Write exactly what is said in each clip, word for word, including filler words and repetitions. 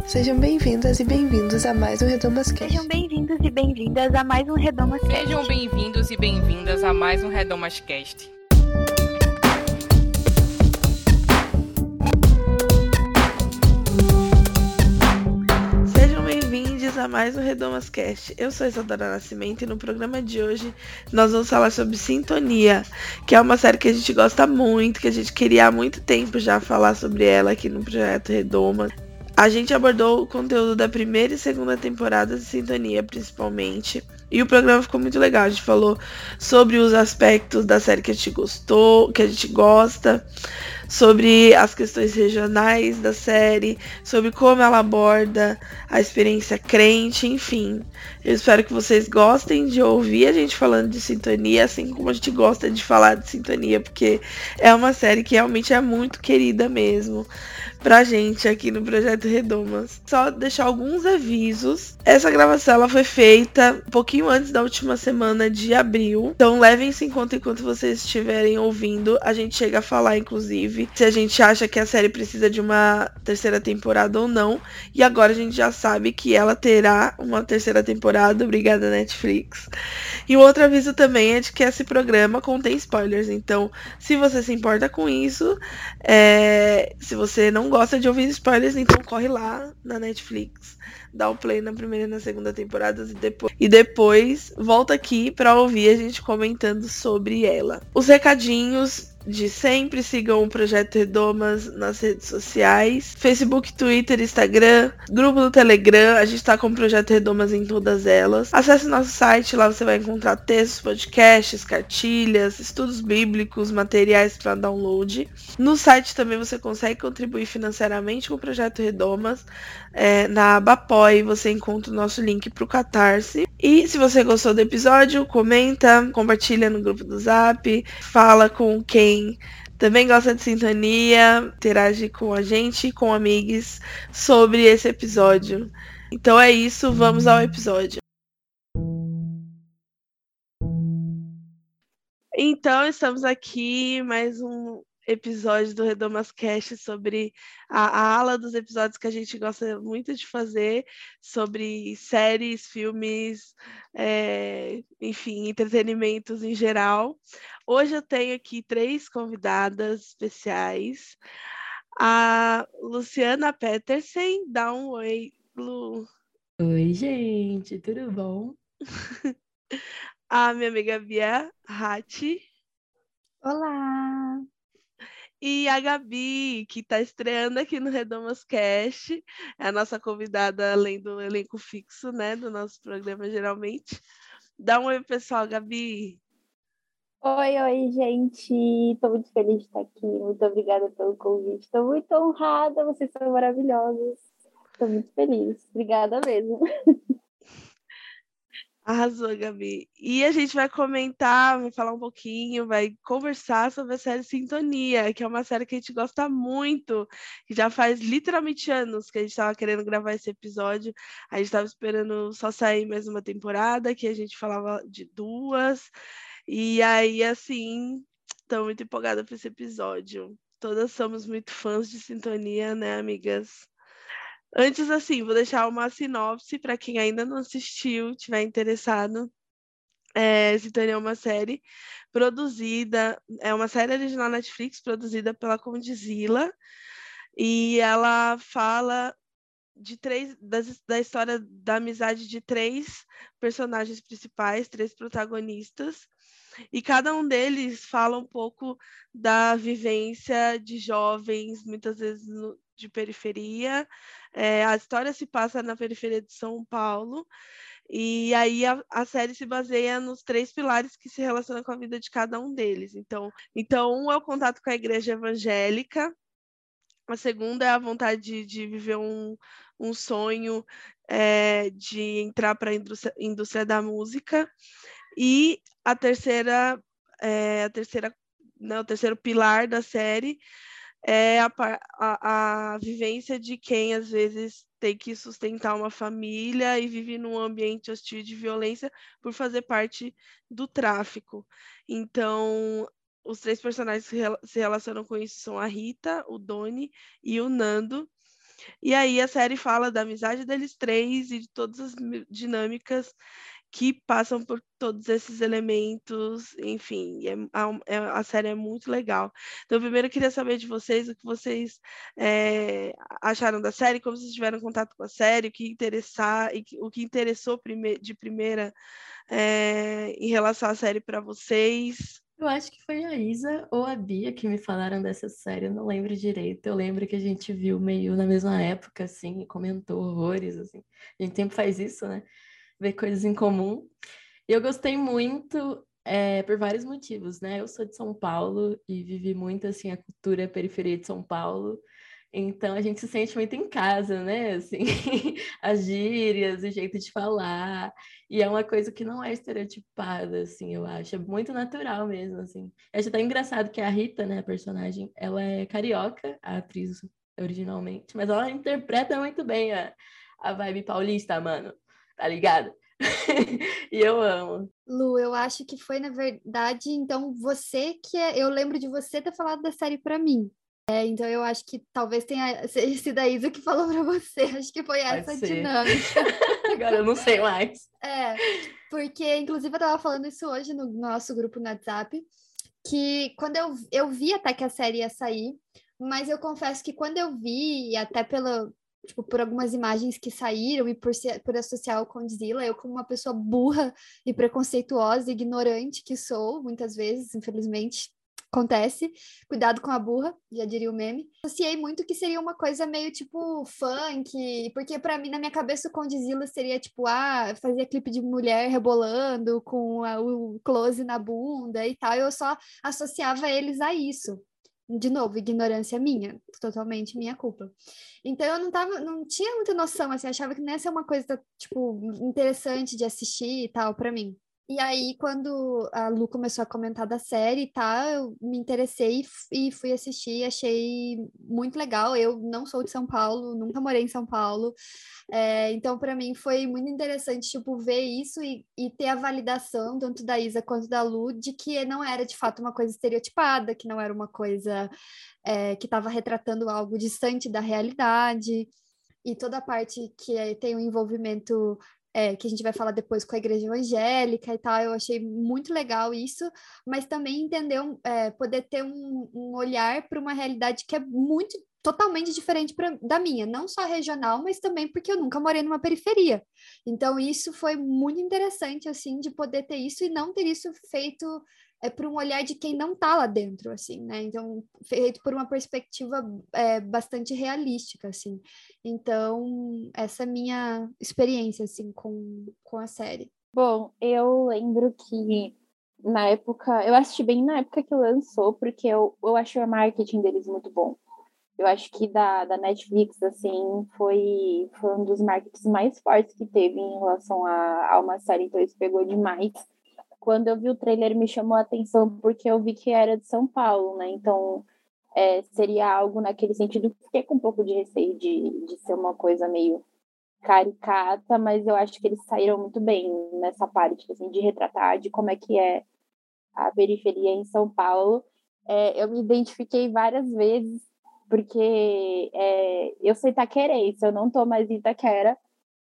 Sejam bem-vindas e bem-vindos a mais um RedomasCast. Sejam bem-vindos e bem-vindas a mais um RedomasCast. Sejam bem-vindos e bem-vindas a mais um RedomasCast. Sejam bem-vindos a mais um RedomasCast. Eu sou a Isadora Nascimento e no programa de hoje nós vamos falar sobre Sintonia, que é uma série que a gente gosta muito, que a gente queria há muito tempo já falar sobre ela aqui no Projeto Redomas. A gente abordou o conteúdo da primeira e segunda temporada de Sintonia, principalmente. E o programa ficou muito legal. A gente falou sobre os aspectos da série que a gente gostou, que a gente gosta, sobre as questões regionais da série, sobre como ela aborda a experiência crente, enfim. Eu espero que vocês gostem de ouvir a gente falando de Sintonia, assim como a gente gosta de falar de Sintonia, porque é uma série que realmente é muito querida mesmo pra gente aqui no Projeto Redomas. Só deixar alguns avisos. Essa gravação ela foi feita um pouquinho antes da última semana de abril. Então levem-se em conta enquanto vocês estiverem ouvindo. A gente chega a falar, inclusive, se a gente acha que a série precisa de uma terceira temporada ou não. E agora a gente já sabe que ela terá uma terceira temporada. Obrigada, Netflix. E o outro aviso também é de que esse programa contém spoilers. Então, se você se importa com isso, é... se você não gosta de ouvir spoilers, então corre lá na Netflix, dá o play na primeira e na segunda temporada e depois, e depois volta aqui pra ouvir a gente comentando sobre ela. Os recadinhos de sempre: sigam o Projeto Redomas nas redes sociais, Facebook, Twitter, Instagram, grupo do Telegram, a gente tá com o Projeto Redomas em todas elas. Acesse nosso site, lá você vai encontrar textos, podcasts, cartilhas, estudos bíblicos, materiais para download. No site também você consegue contribuir financeiramente com o Projeto Redomas. É, na aba Apoie você encontra o nosso link pro Catarse. E se você gostou do episódio, comenta, compartilha no grupo do Zap, fala com quem também gosta de Sintonia, interage com a gente e com amigos sobre esse episódio. Então é isso, vamos ao episódio. Então estamos aqui, mais um episódio do RedomasCast sobre a, a ala dos episódios que a gente gosta muito de fazer, sobre séries, filmes, é, enfim, entretenimentos em geral. Hoje eu tenho aqui três convidadas especiais. A Luciana Petersen, dá um oi, Lu. Oi, gente, tudo bom? A minha amiga Bia Ratti. Olá! E a Gabi, que está estreando aqui no RedomasCast, é a nossa convidada além do elenco fixo, né, do nosso programa, geralmente. Dá um oi, pessoal, Gabi. Oi, oi, gente. Estou muito feliz de estar aqui. Muito obrigada pelo convite. Estou muito honrada. Vocês são maravilhosos. Estou muito feliz. Obrigada mesmo. Arrasou, Gabi. E a gente vai comentar, vai falar um pouquinho, vai conversar sobre a série Sintonia, que é uma série que a gente gosta muito, que já faz literalmente anos que a gente estava querendo gravar esse episódio. A gente estava esperando só sair mais uma temporada, que a gente falava de duas. E aí, assim, estou muito empolgada para esse episódio. Todas somos muito fãs de Sintonia, né, amigas? Antes, assim, vou deixar uma sinopse para quem ainda não assistiu, tiver interessado. É, Sintonia é uma série produzida, é uma série original Netflix, produzida pela Condzilla, e ela fala de três, das, da história da amizade de três personagens principais, três protagonistas, e cada um deles fala um pouco da vivência de jovens, muitas vezes no, de periferia. É, a história se passa na periferia de São Paulo, e aí a, a série se baseia nos três pilares que se relacionam com a vida de cada um deles. Então, então um é o contato com a igreja evangélica, a segunda é a vontade de, de viver um, um sonho é, de entrar para a indústria, indústria da música. E a terceira, é, a terceira, né, o terceiro pilar da série é a, a, a vivência de quem, às vezes, tem que sustentar uma família e vive num ambiente hostil de violência por fazer parte do tráfico. Então, os três personagens que se relacionam com isso são a Rita, o Doni e o Nando. E aí a série fala da amizade deles três e de todas as dinâmicas que passam por todos esses elementos, enfim, é, a, a série é muito legal. Então, primeiro eu queria saber de vocês o que vocês é, acharam da série, como vocês tiveram contato com a série, o que, interessar, o que interessou prime de primeira é, em relação à série para vocês. Eu acho que foi a Isa ou a Bia que me falaram dessa série, eu não lembro direito. Eu lembro que a gente viu meio na mesma época, assim, e comentou horrores, assim. A gente sempre faz isso, né? Ver coisas em comum. E eu gostei muito é, por vários motivos, né? Eu sou de São Paulo e vivi muito, assim, a cultura a periferia de São Paulo. Então, a gente se sente muito em casa, né? Assim, as gírias, o jeito de falar. E é uma coisa que não é estereotipada, assim, eu acho. É muito natural mesmo, assim. Eu acho até engraçado que a Rita, né, a personagem, ela é carioca, a atriz originalmente, mas ela interpreta muito bem a, a vibe paulista, mano. Tá ligado? E eu amo. Lu, eu acho que foi, na verdade, então, você que é... Eu lembro de você ter falado da série pra mim. É, então eu acho que talvez tenha sido a Isa que falou pra você. Acho que foi Pode essa ser. dinâmica. Agora eu não sei mais. É, porque inclusive eu tava falando isso hoje no nosso grupo no WhatsApp, que quando eu, eu vi até que a série ia sair, mas eu confesso que quando eu vi, e até pela, tipo, por algumas imagens que saíram e por, ser, por associar o Condzilla, eu como uma pessoa burra e preconceituosa, ignorante que sou, muitas vezes, infelizmente, acontece, cuidado com a burra, já diria o meme. Associei muito que seria uma coisa meio tipo funk, porque para mim, na minha cabeça, o Condzilla seria tipo, ah, fazia clipe de mulher rebolando com a, o close na bunda e tal, eu só associava eles a isso. De novo, ignorância minha, totalmente minha culpa. Então eu não tava, não tinha muita noção, assim, achava que não ia ser uma coisa, tipo, interessante de assistir e tal para mim. E aí, quando a Lu começou a comentar da série e tal, eu me interessei e fui assistir, achei muito legal. Eu não sou de São Paulo, nunca morei em São Paulo, é, então para mim foi muito interessante, tipo, ver isso e, e ter a validação, tanto da Isa quanto da Lu, de que não era de fato uma coisa estereotipada, que não era uma coisa é, que estava retratando algo distante da realidade, e toda a parte que é, tem o um envolvimento É, que a gente vai falar depois com a igreja evangélica e tal, eu achei muito legal isso, mas também entender, é, poder ter um, um olhar para uma realidade que é muito, totalmente diferente pra, da minha, não só regional, mas também porque eu nunca morei numa periferia. Então isso foi muito interessante, assim, de poder ter isso e não ter isso feito é, por um olhar de quem não está lá dentro, assim, né? Então, feito por uma perspectiva é, bastante realística, assim. Então, essa é a minha experiência, assim, com, com a série. Bom, eu lembro que na época, eu assisti bem na época que lançou, porque eu, eu achei o marketing deles muito bom. Eu acho que da, da Netflix, assim, foi, foi um dos marketings mais fortes que teve em relação a, a uma série, então isso pegou demais. Quando eu vi o trailer, me chamou a atenção, porque eu vi que era de São Paulo, né? Então, é, seria algo naquele sentido. Fiquei com um pouco de receio de, de ser uma coisa meio caricata, mas eu acho que eles saíram muito bem nessa parte, assim, de retratar de como é que é a periferia em São Paulo. É, eu me identifiquei várias vezes, porque é, eu sou itaquerense, eu não tô mais em Itaquera,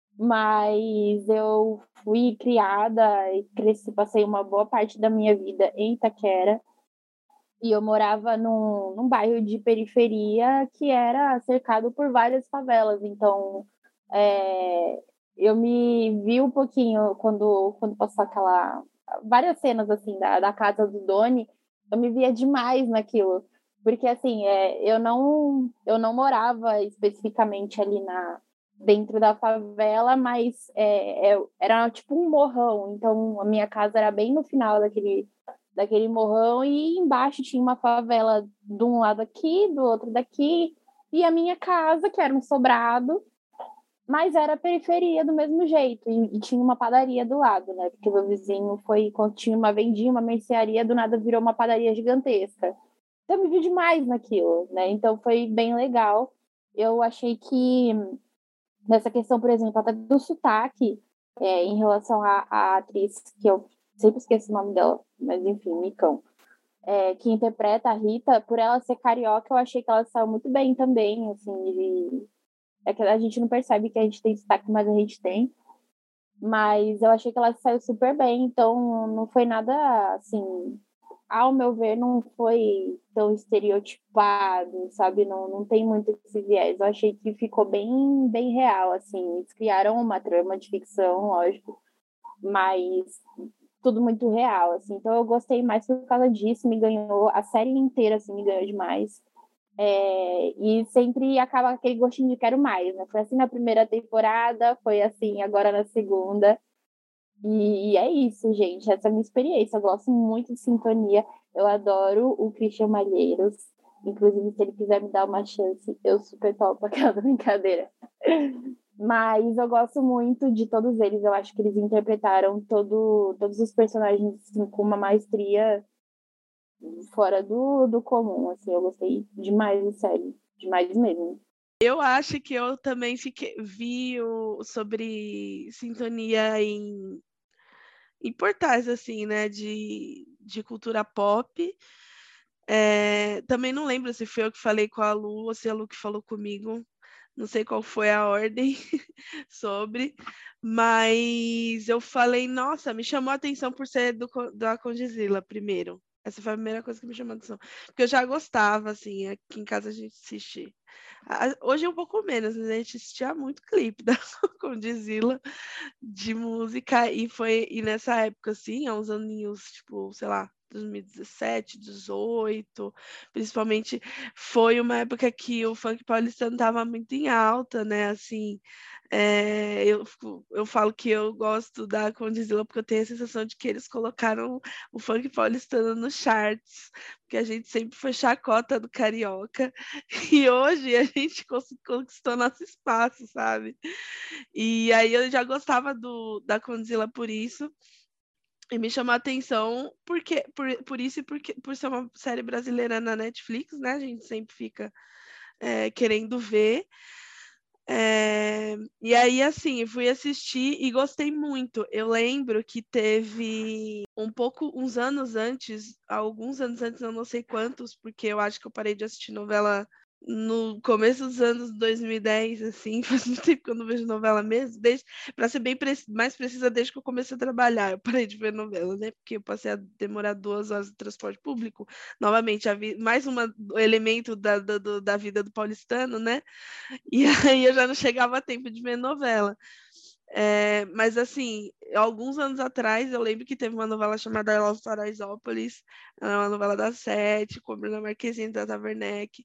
mas eu fui criada e cresci, passei uma boa parte da minha vida em Itaquera, e eu morava num, num bairro de periferia que era cercado por várias favelas, então é, eu me vi um pouquinho quando, quando passou aquela... várias cenas, assim, da, da casa do Doni, eu me via demais naquilo, porque, assim, é, eu, não, eu não morava especificamente ali na dentro da favela, mas é, é, era tipo um morrão, então a minha casa era bem no final daquele, daquele morrão, e embaixo tinha uma favela de um lado aqui, do outro daqui, e a minha casa, que era um sobrado, mas era periferia do mesmo jeito, e, e tinha uma padaria do lado, né, porque meu vizinho foi, quando tinha uma vendinha, uma mercearia, do nada virou uma padaria gigantesca, então eu me vi demais naquilo, né, então foi bem legal. Eu achei que nessa questão, por exemplo, até do sotaque, é, em relação à, à atriz, que eu sempre esqueço o nome dela, mas enfim, Micão, é, que interpreta a Rita, por ela ser carioca, eu achei que ela saiu muito bem também, assim, de, É que a gente não percebe que a gente tem sotaque, mas a gente tem. Mas eu achei que ela saiu super bem, então não foi nada, assim, ao meu ver, não foi tão estereotipado, sabe? Não, não tem muito esse viés. Eu achei que ficou bem, bem real, assim. Eles criaram uma trama de ficção, lógico, mas tudo muito real, assim. Então eu gostei mais por causa disso, me ganhou, a série inteira, assim, me ganhou demais. É, e sempre acaba aquele gostinho de quero mais, né? Foi assim na primeira temporada, foi assim agora na segunda. E, e é isso, gente. Essa é a minha experiência. Eu gosto muito de Sintonia. Eu adoro o Christian Malheiros. Inclusive, se ele quiser me dar uma chance, eu super topo aquela brincadeira. Mas eu gosto muito de todos eles. Eu acho que eles interpretaram todo, todos os personagens assim, com uma maestria fora do, do comum. Assim, eu gostei demais da série. Demais mesmo. Eu acho que eu também fiquei, vi o, sobre Sintonia em, em portais, assim, né, de, de cultura pop. É, também não lembro se foi eu que falei com a Lu ou se a Lu que falou comigo. Não sei qual foi a ordem sobre, mas eu falei, nossa, me chamou a atenção por ser do, da Condizila primeiro. Essa foi a primeira coisa que me chamou a atenção. Porque eu já gostava, assim, aqui em casa a gente assiste. Hoje é um pouco menos, mas a gente assistia muito clipe da Condizila de música, e foi e nessa época, assim, há uns aninhos, tipo, sei lá, dois mil e dezessete, dezoito, principalmente, foi uma época que o funk paulistano estava muito em alta, né, assim, é, eu, eu falo que eu gosto da Condizila porque eu tenho a sensação de que eles colocaram o funk paulistano nos charts, porque a gente sempre foi chacota do carioca, e hoje a gente conquistou nosso espaço, sabe? E aí eu já gostava do, da Condizila por isso. E me chamou a atenção porque, por, por isso e porque, por ser uma série brasileira na Netflix, né? A gente sempre fica é, querendo ver. É, e aí, assim, fui assistir e gostei muito. Eu lembro que teve um pouco, uns anos antes, alguns anos antes, eu não sei quantos, porque eu acho que eu parei de assistir novela no começo dos anos dois mil e dez, assim, faz muito tempo que eu não vejo novela mesmo, desde, para ser bem pre- mais precisa, desde que eu comecei a trabalhar, eu parei de ver novela, né, porque eu passei a demorar duas horas de transporte público, novamente, a vi- mais um elemento da, da, do- da vida do paulistano, né, e aí eu já não chegava a tempo de ver novela. É, mas assim, alguns anos atrás eu lembro que teve uma novela chamada Los Paraisópolis, uma novela da Sete, com a Bruna Marquezine, Tata Werneck,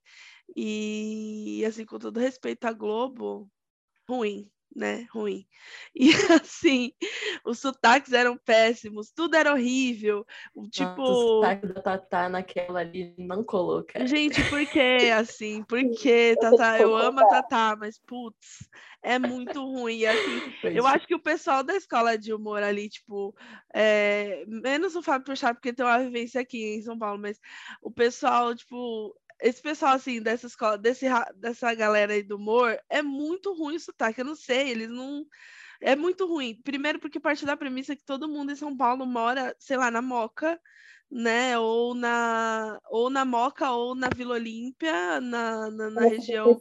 e assim, com todo respeito à Globo, ruim, né? Ruim. E assim, os sotaques eram péssimos, tudo era horrível. O tipo. Nossa, o sotaque da Tatá naquela ali não colou, cara. Gente, por que assim? Por que, Tatá? Eu amo a Tatá, mas putz, é muito ruim. E assim, Pois eu acho que o pessoal da escola de humor ali, tipo, é, menos o Fábio Porchat, porque tem uma vivência aqui em São Paulo, mas o pessoal, tipo, esse pessoal assim, dessa escola, desse, dessa galera aí do humor, é muito ruim o sotaque. Eu não sei, eles não. É muito ruim. Primeiro, porque parte da premissa que todo mundo em São Paulo mora, sei lá, na Moca, né? Ou na, ou na Moca, ou na Vila Olímpia, na, na, na região.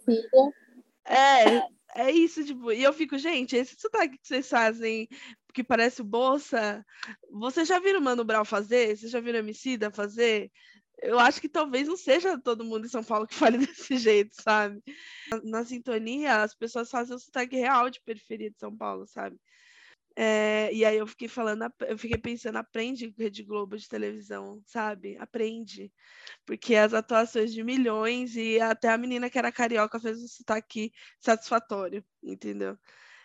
É, é isso, tipo, e eu fico, gente, esse sotaque que vocês fazem, que parece o Bolsa, vocês já viram o Mano Brown fazer? Vocês já viram o Emicida fazer? Eu acho que talvez não seja todo mundo em São Paulo que fale desse jeito, sabe? Na, na Sintonia, as pessoas fazem o sotaque real de periferia de São Paulo, sabe? É, e aí eu fiquei falando, eu fiquei pensando, aprende Rede Globo de televisão, sabe? Aprende. Porque as atuações de milhões e até a menina que era carioca fez um sotaque satisfatório, entendeu?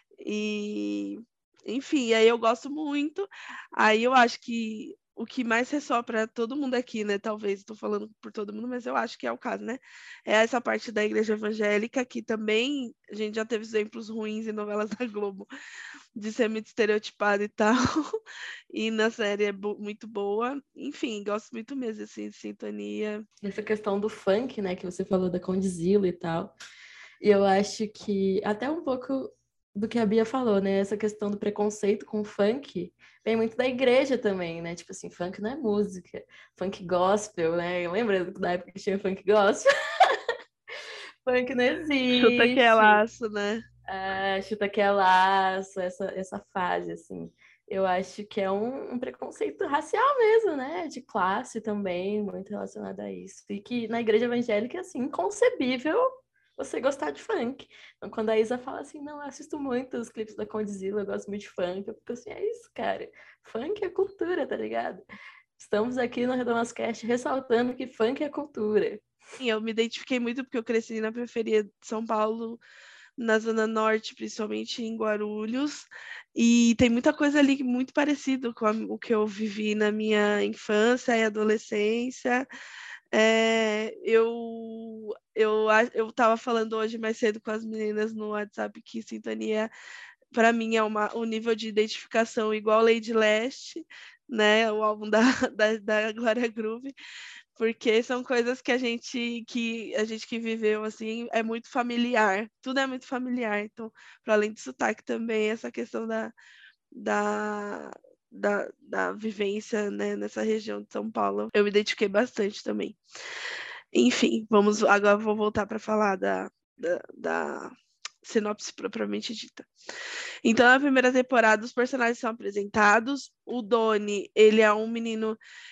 E, enfim, aí eu gosto muito. Aí eu acho que o que mais ressoa para todo mundo aqui, né? Talvez estou falando por todo mundo, mas eu acho que é o caso, né? É essa parte da igreja evangélica, que também a gente já teve exemplos ruins em novelas da Globo de ser muito estereotipada e tal. E na série é bo- muito boa. Enfim, gosto muito mesmo assim, de Sintonia. Essa questão do funk, né, que você falou da Condzilla e tal. E eu acho que até um pouco do que a Bia falou, né? Essa questão do preconceito com o funk vem muito da igreja também, né? Tipo assim, funk não é música, funk gospel, né? Lembra da época que tinha funk gospel? Funk não existe. Chuta que é laço, né? Ah, chuta que é laço, essa, essa fase, assim. Eu acho que é um, um preconceito racial mesmo, né? De classe também, muito relacionado a isso. E que na igreja evangélica é, assim, inconcebível você gostar de funk. Então, quando a Isa fala assim, não, eu assisto muito os clipes da Condzilla, eu gosto muito de funk, eu fico assim, é isso, cara. Funk é cultura, tá ligado? Estamos aqui no Redomascast ressaltando que funk é cultura. Sim, eu me identifiquei muito porque eu cresci na periferia de São Paulo, na Zona Norte, principalmente em Guarulhos, e tem muita coisa ali muito parecido com a, o que eu vivi na minha infância e adolescência. É, eu eu eu estava falando hoje mais cedo com as meninas no WhatsApp que Sintonia para mim é uma, um nível de identificação igual Lady Leste, né, o álbum da, da, da Glória Groove, porque são coisas que a gente que a gente que viveu assim é muito familiar, tudo é muito familiar. Então, para além do sotaque também essa questão da, da, da, da vivência, né, nessa região de São Paulo, eu me identifiquei bastante também. Enfim, vamos agora vou voltar para falar da, da, da sinopse propriamente dita. Então, na primeira temporada, os personagens são apresentados. O Doni, ele é um menino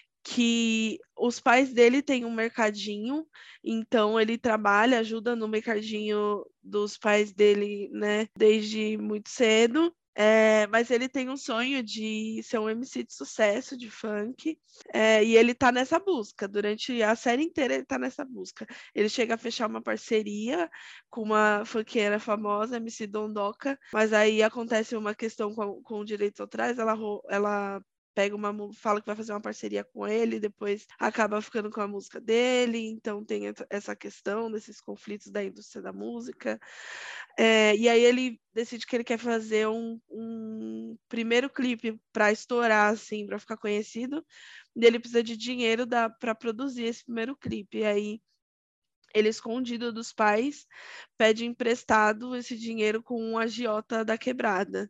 que os pais dele têm um mercadinho, então ele trabalha, ajuda no mercadinho dos pais dele, né, desde muito cedo. É, mas ele tem um sonho de ser um M C de sucesso, de funk, é, e ele tá nessa busca, durante a série inteira ele tá nessa busca. Ele chega a fechar uma parceria com uma funkeira famosa, M C Dondoca, mas aí acontece uma questão com, com direitos autorais, ela, ela pega uma, fala que vai fazer uma parceria com ele, depois acaba ficando com a música dele, então tem essa questão desses conflitos da indústria da música. É, e aí ele decide que ele quer fazer um, um primeiro clipe para estourar, assim, para ficar conhecido, e ele precisa de dinheiro para produzir esse primeiro clipe. E aí ele, escondido dos pais, pede emprestado esse dinheiro com um agiota da quebrada.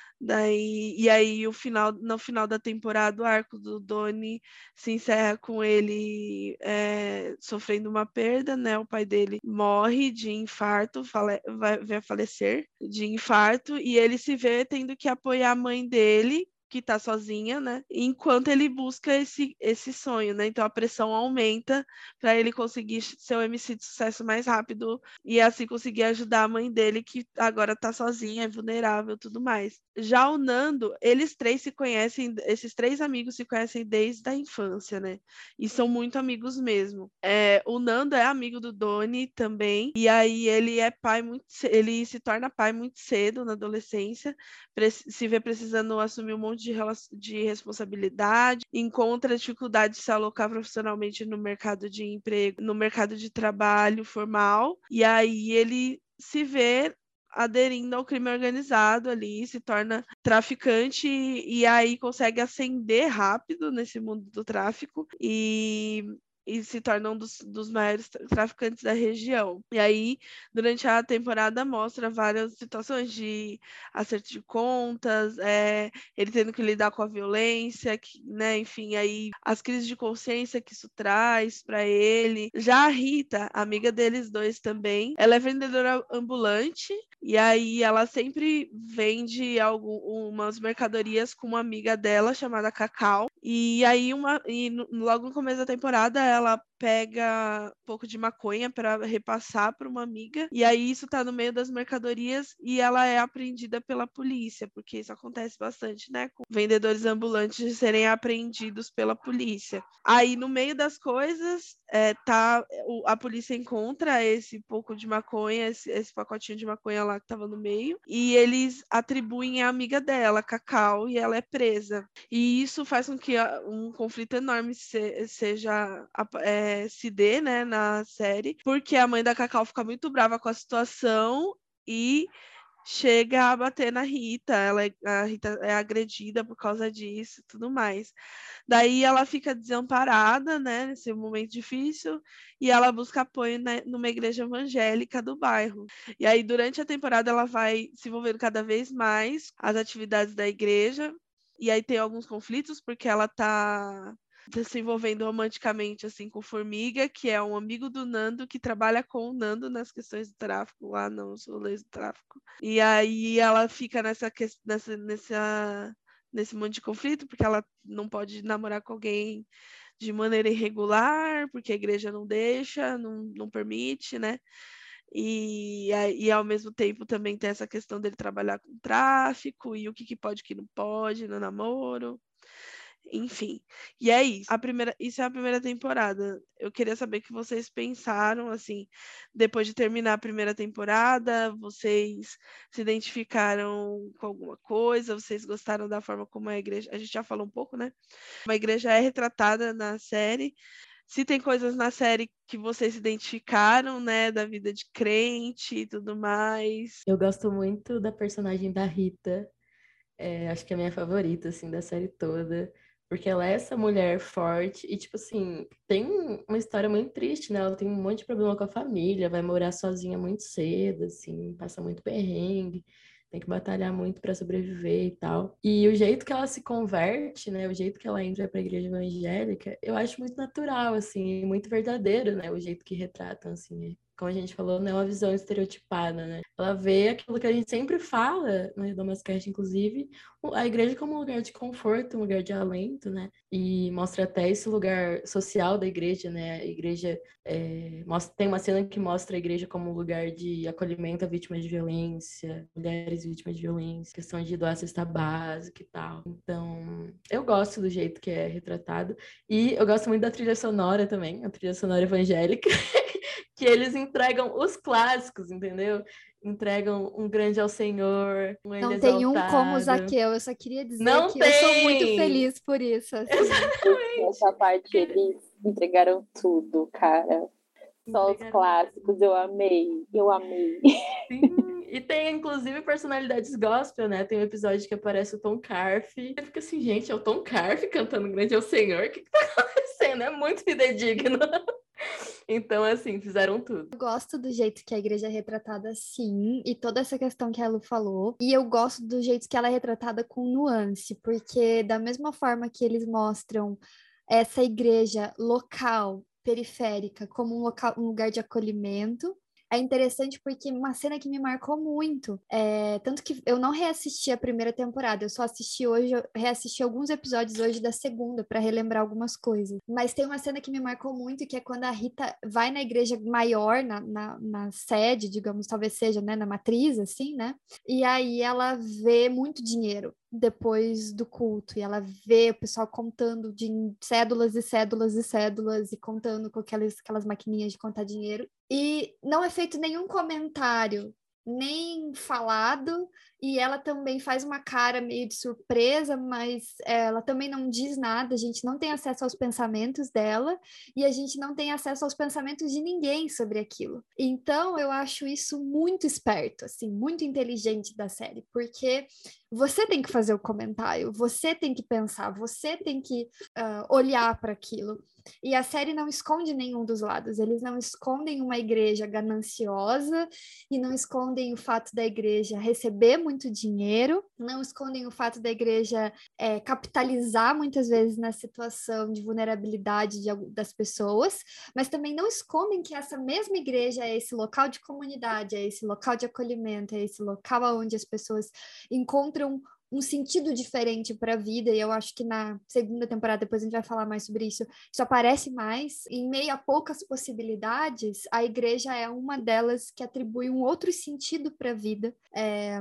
Daí, e aí o final, no final da temporada, o arco do Doni se encerra com ele é, sofrendo uma perda, né? O pai dele morre de infarto, fale, vai, vai falecer de infarto, e ele se vê tendo que apoiar a mãe dele, que tá sozinha, né? Enquanto ele busca esse, esse sonho, né? Então a pressão aumenta para ele conseguir ser o M C de sucesso mais rápido e assim conseguir ajudar a mãe dele, que agora tá sozinha, é vulnerável, tudo mais. Já o Nando, eles três se conhecem, esses três amigos se conhecem desde a infância, né? E são muito amigos mesmo. É, o Nando é amigo do Doni também, e aí ele é pai muito, ele se torna pai muito cedo na adolescência, se vê precisando assumir um monte de, de responsabilidade, encontra dificuldade de se alocar profissionalmente no mercado de emprego, no mercado de trabalho formal, e aí ele se vê aderindo ao crime organizado ali, se torna traficante e, e aí consegue ascender rápido nesse mundo do tráfico e e se torna um dos, dos maiores traficantes da região. E aí, durante a temporada, mostra várias situações de acerto de contas, é, ele tendo que lidar com a violência, que, né, enfim, aí as crises de consciência que isso traz para ele. Já a Rita, amiga deles dois também, ela é vendedora ambulante, e aí ela sempre vende algumas mercadorias com uma amiga dela chamada Cacau. E aí uma e logo no começo da temporada ela pega um pouco de maconha para repassar para uma amiga, e aí isso tá no meio das mercadorias e ela é apreendida pela polícia, porque isso acontece bastante, né, com vendedores ambulantes de serem apreendidos pela polícia. Aí no meio das coisas, é, tá, a polícia encontra esse pouco de maconha, esse, esse pacotinho de maconha lá que tava no meio, e eles atribuem a amiga dela, Cacau, e ela é presa. E isso faz com que um conflito enorme se, seja é, se dê, né, na série, porque a mãe da Cacau fica muito brava com a situação e chega a bater na Rita, ela é, a Rita é agredida por causa disso e tudo mais. Daí ela fica desamparada, né, nesse momento difícil, e ela busca apoio, né, numa igreja evangélica do bairro. E aí, durante a temporada, ela vai se envolvendo cada vez mais as atividades da igreja, e aí tem alguns conflitos, porque ela tá se envolvendo romanticamente assim com o Formiga, que é um amigo do Nando que trabalha com o Nando nas questões do tráfico, lá nos rolês do tráfico. E aí ela fica nessa, nessa, nessa, nesse monte de conflito, porque ela não pode namorar com alguém de maneira irregular, porque a igreja não deixa, não, não permite, né? E, e ao mesmo tempo também tem essa questão dele trabalhar com tráfico e o que, que pode e o que não pode no namoro. Enfim, e é isso. A primeira, isso é a primeira temporada. Eu queria saber o que vocês pensaram, assim, depois de terminar a primeira temporada, vocês se identificaram com alguma coisa, vocês gostaram da forma como a igreja, a gente já falou um pouco, né? A igreja é retratada na série. Se tem coisas na série que vocês se identificaram, né, da vida de crente e tudo mais. Eu gosto muito da personagem da Rita. É, acho que é a minha favorita, assim, da série toda. Porque ela é essa mulher forte e, tipo assim, tem uma história muito triste, né? Ela tem um monte de problema com a família, vai morar sozinha muito cedo, assim, passa muito perrengue, tem que batalhar muito para sobreviver e tal. E o jeito que ela se converte, né? O jeito que ela entra para a igreja evangélica, eu acho muito natural, assim, muito verdadeiro, né? O jeito que retratam, assim, como a gente falou, não é uma visão estereotipada, né? Ela vê aquilo que a gente sempre fala no Redomascast, inclusive, a igreja como um lugar de conforto, um lugar de alento, né? E mostra até esse lugar social da igreja, né? A igreja é, mostra, tem uma cena que mostra a igreja como um lugar de acolhimento a vítimas de violência, mulheres vítimas de violência, questão de doar cesta básica e tal. Então, eu gosto do jeito que é retratado. E eu gosto muito da trilha sonora também, a trilha sonora evangélica. Que eles entregam os clássicos, entendeu? Entregam um grande ao Senhor, um Ele Não tem um como exaltado. Zaqueu, eu só queria dizer Não que tem! eu sou muito feliz por isso. Assim. Nessa parte eles entregaram tudo, cara. Só os clássicos, eu amei, eu amei. Sim, e tem inclusive personalidades gospel, né? Tem um episódio que aparece o Tom Carfe. Você fica assim, gente, é o Tom Carfe cantando Grande ao Senhor? O que que tá acontecendo? É muito fidedigno. Então, assim, fizeram tudo. Eu gosto do jeito que a igreja é retratada assim, e toda essa questão que a Lu falou. E eu gosto do jeito que ela é retratada com nuance, porque da mesma forma que eles mostram essa igreja local, periférica, como um, local, um lugar de acolhimento, é interessante porque uma cena que me marcou muito, é, tanto que eu não reassisti a primeira temporada, eu só assisti hoje, eu reassisti alguns episódios hoje da segunda para relembrar algumas coisas. Mas tem uma cena que me marcou muito, que é quando a Rita vai na igreja maior, na, na, na sede, digamos, talvez seja, né, na matriz, assim, né? E aí ela vê muito dinheiro depois do culto, e ela vê o pessoal contando de cédulas e cédulas e cédulas, e contando com aquelas, aquelas maquininhas de contar dinheiro, e não é feito nenhum comentário, nem falado, e ela também faz uma cara meio de surpresa, mas ela também não diz nada, a gente não tem acesso aos pensamentos dela, e a gente não tem acesso aos pensamentos de ninguém sobre aquilo. Então, eu acho isso muito esperto, assim, muito inteligente da série, porque você tem que fazer o comentário, você tem que pensar, você tem que uh, olhar para aquilo. E a série não esconde nenhum dos lados, eles não escondem uma igreja gananciosa e não escondem o fato da igreja receber muito dinheiro, não escondem o fato da igreja é, capitalizar muitas vezes na situação de vulnerabilidade de, das pessoas, mas também não escondem que essa mesma igreja é esse local de comunidade, é esse local de acolhimento, é esse local onde as pessoas encontram um sentido diferente para a vida, e eu acho que na segunda temporada, depois a gente vai falar mais sobre isso, isso aparece mais. Em meio a poucas possibilidades, a igreja é uma delas que atribui um outro sentido para a vida. É,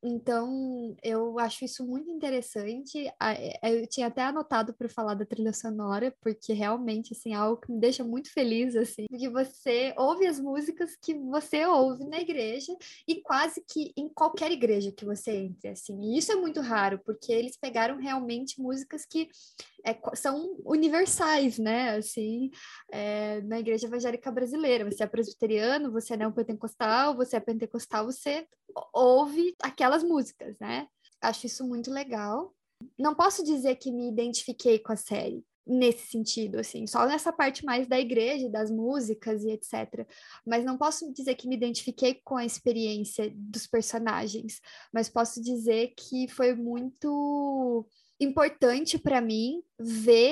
então, eu acho isso muito interessante. Eu tinha até anotado para falar da trilha sonora, porque realmente, assim, é algo que me deixa muito feliz, assim, porque você ouve as músicas que você ouve na igreja, e quase que em qualquer igreja que você entre, assim, e isso é muito raro, porque eles pegaram realmente músicas que é, são universais, né, assim, é, na igreja evangélica brasileira. Você é presbiteriano, você é neopentecostal, você é pentecostal, você ouve aquelas músicas, né? Acho isso muito legal. Não posso dizer que me identifiquei com a série nesse sentido, assim, só nessa parte mais da igreja, das músicas e etcétera. Mas não posso dizer que me identifiquei com a experiência dos personagens, mas posso dizer que foi muito importante para mim ver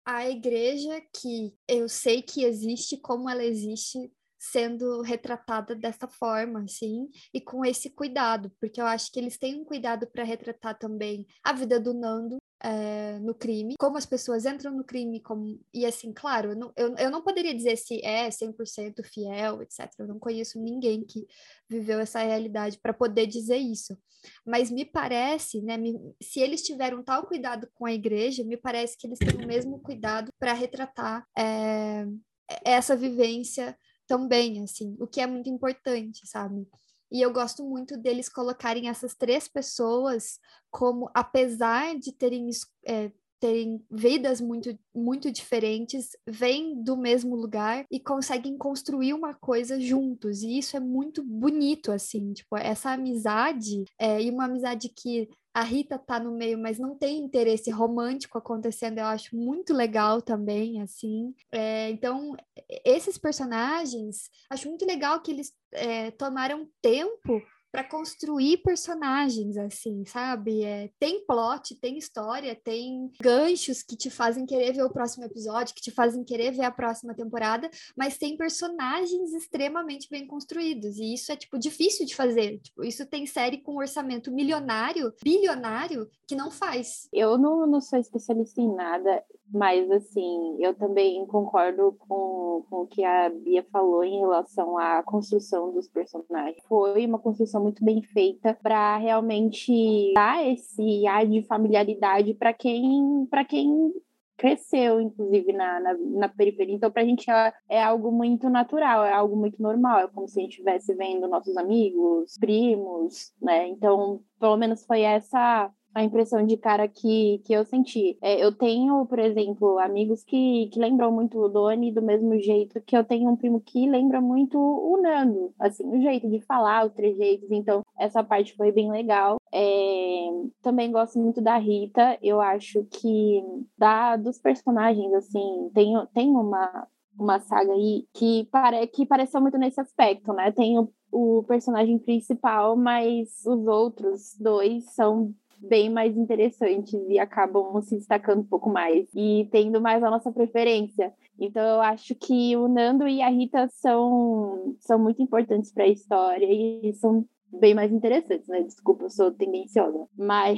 a igreja que eu sei que existe, como ela existe, sendo retratada dessa forma, assim, e com esse cuidado, porque eu acho que eles têm um cuidado para retratar também a vida do Nando é, no crime, como as pessoas entram no crime, como... e assim, claro, eu não, eu, eu não poderia dizer se é cem por cento fiel, etcétera. Eu não conheço ninguém que viveu essa realidade para poder dizer isso. Mas me parece, né, me, se eles tiveram tal cuidado com a igreja, me parece que eles têm o mesmo cuidado para retratar é, essa vivência também, assim, o que é muito importante, sabe? E eu gosto muito deles colocarem essas três pessoas como, apesar de terem, é, terem vidas muito, muito diferentes, vêm do mesmo lugar e conseguem construir uma coisa juntos. E isso é muito bonito, assim, tipo, essa amizade, é, e uma amizade que a Rita tá no meio, mas não tem interesse romântico acontecendo, eu acho muito legal também, assim. É, então, esses personagens, acho muito legal que eles é, tomaram tempo para construir personagens, assim, sabe? É, tem plot, tem história, tem ganchos que te fazem querer ver o próximo episódio, que te fazem querer ver a próxima temporada, mas tem personagens extremamente bem construídos, e isso é, tipo, difícil de fazer. Tipo, isso tem série com orçamento milionário, bilionário, que não faz. Eu não, não sou especialista em nada, mas, assim, eu também concordo com, com o que a Bia falou em relação à construção dos personagens. Foi uma construção muito bem feita para realmente dar esse ar de familiaridade para quem, para quem cresceu, inclusive, na, na, na periferia. Então, para a gente é, é algo muito natural, é algo muito normal. É como se a gente estivesse vendo nossos amigos, primos, né? Então, pelo menos foi essa a impressão de cara que, que eu senti. É, eu tenho, por exemplo, amigos que, que lembram muito o Doni do mesmo jeito que eu tenho um primo que lembra muito o Nando, assim, o jeito de falar, os trejeitos. Então, essa parte foi bem legal. É, também gosto muito da Rita. Eu acho que da, dos personagens, assim, tem, tem uma, uma saga aí que, pare, que pareceu muito nesse aspecto, né? Tem o, o personagem principal, mas os outros dois são bem mais interessantes e acabam se destacando um pouco mais e tendo mais a nossa preferência. Então eu acho que o Nando e a Rita são, são muito importantes para a história e são bem mais interessantes, né? Desculpa, eu sou tendenciosa. Mas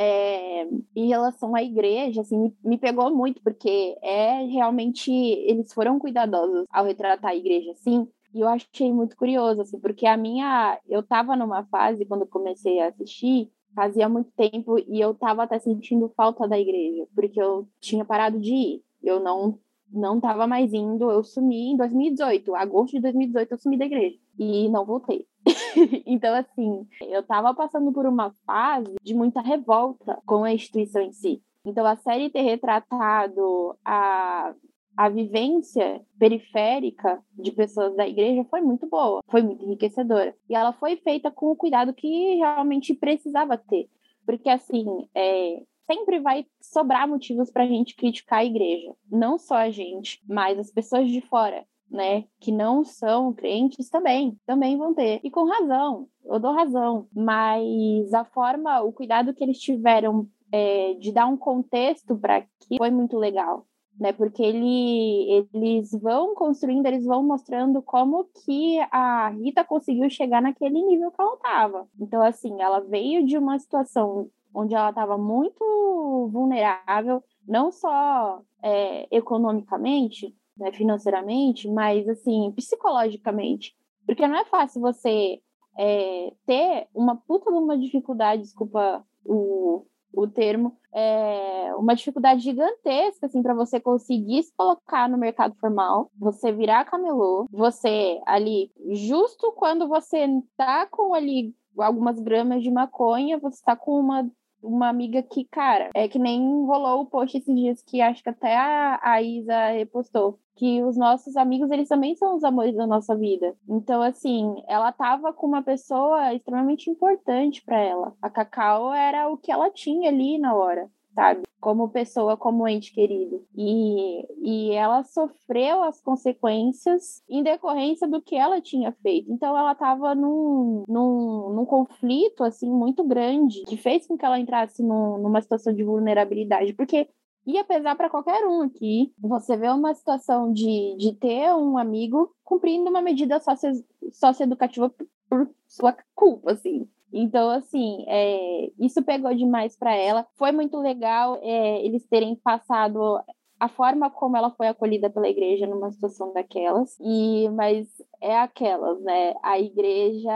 é, em relação à igreja, assim, me, me pegou muito, porque é realmente, eles foram cuidadosos ao retratar a igreja, assim. E eu achei muito curioso, assim, porque a minha... Eu tava numa fase, quando eu comecei a assistir, fazia muito tempo, e eu tava até sentindo falta da igreja, porque eu tinha parado de ir. Eu não, não tava mais indo, eu sumi em dois mil e dezoito. Agosto de dois mil e dezoito eu sumi da igreja. E não voltei. Então, assim, eu tava passando por uma fase de muita revolta com a instituição em si. Então, a série ter retratado a... a vivência periférica de pessoas da igreja foi muito boa, foi muito enriquecedora. E ela foi feita com o cuidado que realmente precisava ter. Porque, assim, é, sempre vai sobrar motivos para a gente criticar a igreja. Não só a gente, mas as pessoas de fora, né, que não são crentes também, também vão ter. E com razão, eu dou razão. Mas a forma, o cuidado que eles tiveram é, de dar um contexto para aquilo foi muito legal. Né, porque ele, eles vão construindo, eles vão mostrando como que a Rita conseguiu chegar naquele nível que ela estava. Então, assim, ela veio de uma situação onde ela estava muito vulnerável, não só é, economicamente, né, financeiramente, mas, assim, psicologicamente. Porque não é fácil você é, ter uma puta de uma dificuldade, desculpa o... o termo, é uma dificuldade gigantesca, assim, para você conseguir se colocar no mercado formal, você virar camelô, você ali, justo quando você tá com ali algumas gramas de maconha, você tá com uma, uma amiga que, cara, é que nem rolou o post esses dias que acho que até a, a Isa repostou, que os nossos amigos, eles também são os amores da nossa vida. Então, assim, ela tava com uma pessoa extremamente importante para ela. A Cacau era o que ela tinha ali na hora, sabe? Como pessoa, como ente querido. E, e ela sofreu as consequências em decorrência do que ela tinha feito. Então, ela tava num, num, num conflito, assim, muito grande, que fez com que ela entrasse num, numa situação de vulnerabilidade. Porque ia pesar para qualquer um aqui. Você vê uma situação de, de ter um amigo cumprindo uma medida socio, socioeducativa por, por sua culpa, assim. Então, assim, é, isso pegou demais para ela. Foi muito legal é, eles terem passado a forma como ela foi acolhida pela igreja numa situação daquelas. E, mas é aquelas, né? A igreja,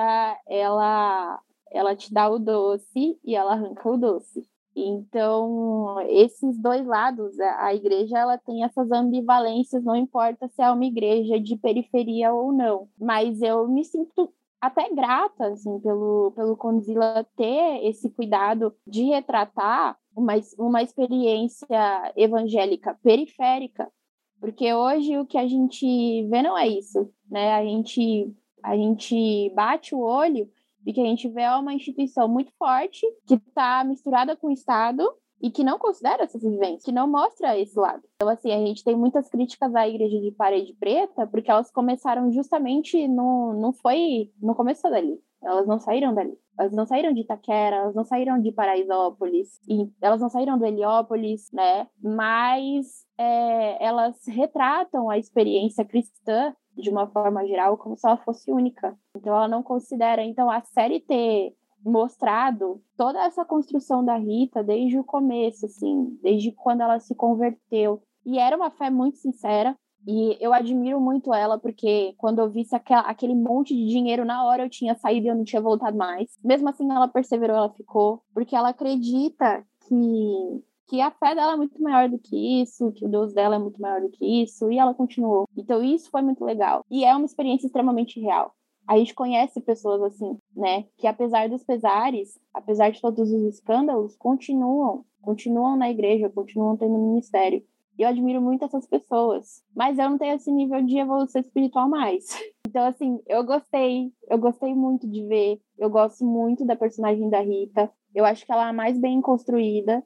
ela, ela te dá o doce e ela arranca o doce. Então, esses dois lados, a igreja ela tem essas ambivalências, não importa se é uma igreja de periferia ou não. Mas eu me sinto até grata, assim, pelo, pelo Condzilla ter esse cuidado de retratar uma, uma experiência evangélica periférica, porque hoje o que a gente vê não é isso, né? A gente, a gente bate o olho e que a gente vê uma instituição muito forte que está misturada com o Estado e que não considera essas vivências, que não mostra esse lado. Então, assim, a gente tem muitas críticas à Igreja de Parede Preta porque elas começaram justamente, no, não foi, não começou dali. Elas não saíram dali. Elas não saíram de Itaquera, elas não saíram de Paraisópolis, e elas não saíram do Heliópolis, né? Mas é, elas retratam a experiência cristã de uma forma geral como se ela fosse única. Então ela não considera. Então a série ter mostrado toda essa construção da Rita desde o começo, assim, desde quando ela se converteu. E era uma fé muito sincera. E eu admiro muito ela, porque quando eu visse aquela, aquele monte de dinheiro, na hora eu tinha saído e eu não tinha voltado mais. Mesmo assim, ela perseverou, ela ficou, porque ela acredita que, que a fé dela é muito maior do que isso, que o Deus dela é muito maior do que isso, e ela continuou. Então isso foi muito legal. E é uma experiência extremamente real. A gente conhece pessoas assim, né, que apesar dos pesares, apesar de todos os escândalos, continuam, continuam na igreja, continuam tendo ministério. E eu admiro muito essas pessoas. Mas eu não tenho esse nível de evolução espiritual mais. Então, assim, eu gostei. Eu gostei muito de ver. Eu gosto muito da personagem da Rita. Eu acho que ela é a mais bem construída.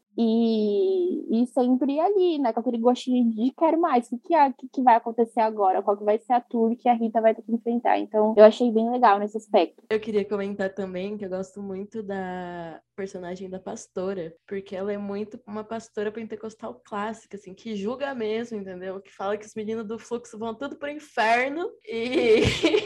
E, e sempre ali, né? Com aquele gostinho de quero mais. O que, que, que vai acontecer agora? Qual que vai ser a tour que a Rita vai ter que enfrentar? Então, eu achei bem legal nesse aspecto. Eu queria comentar também que eu gosto muito da personagem da pastora, porque ela é muito uma pastora pentecostal clássica, assim, que julga mesmo, entendeu? Que fala que os meninos do fluxo vão tudo pro inferno e...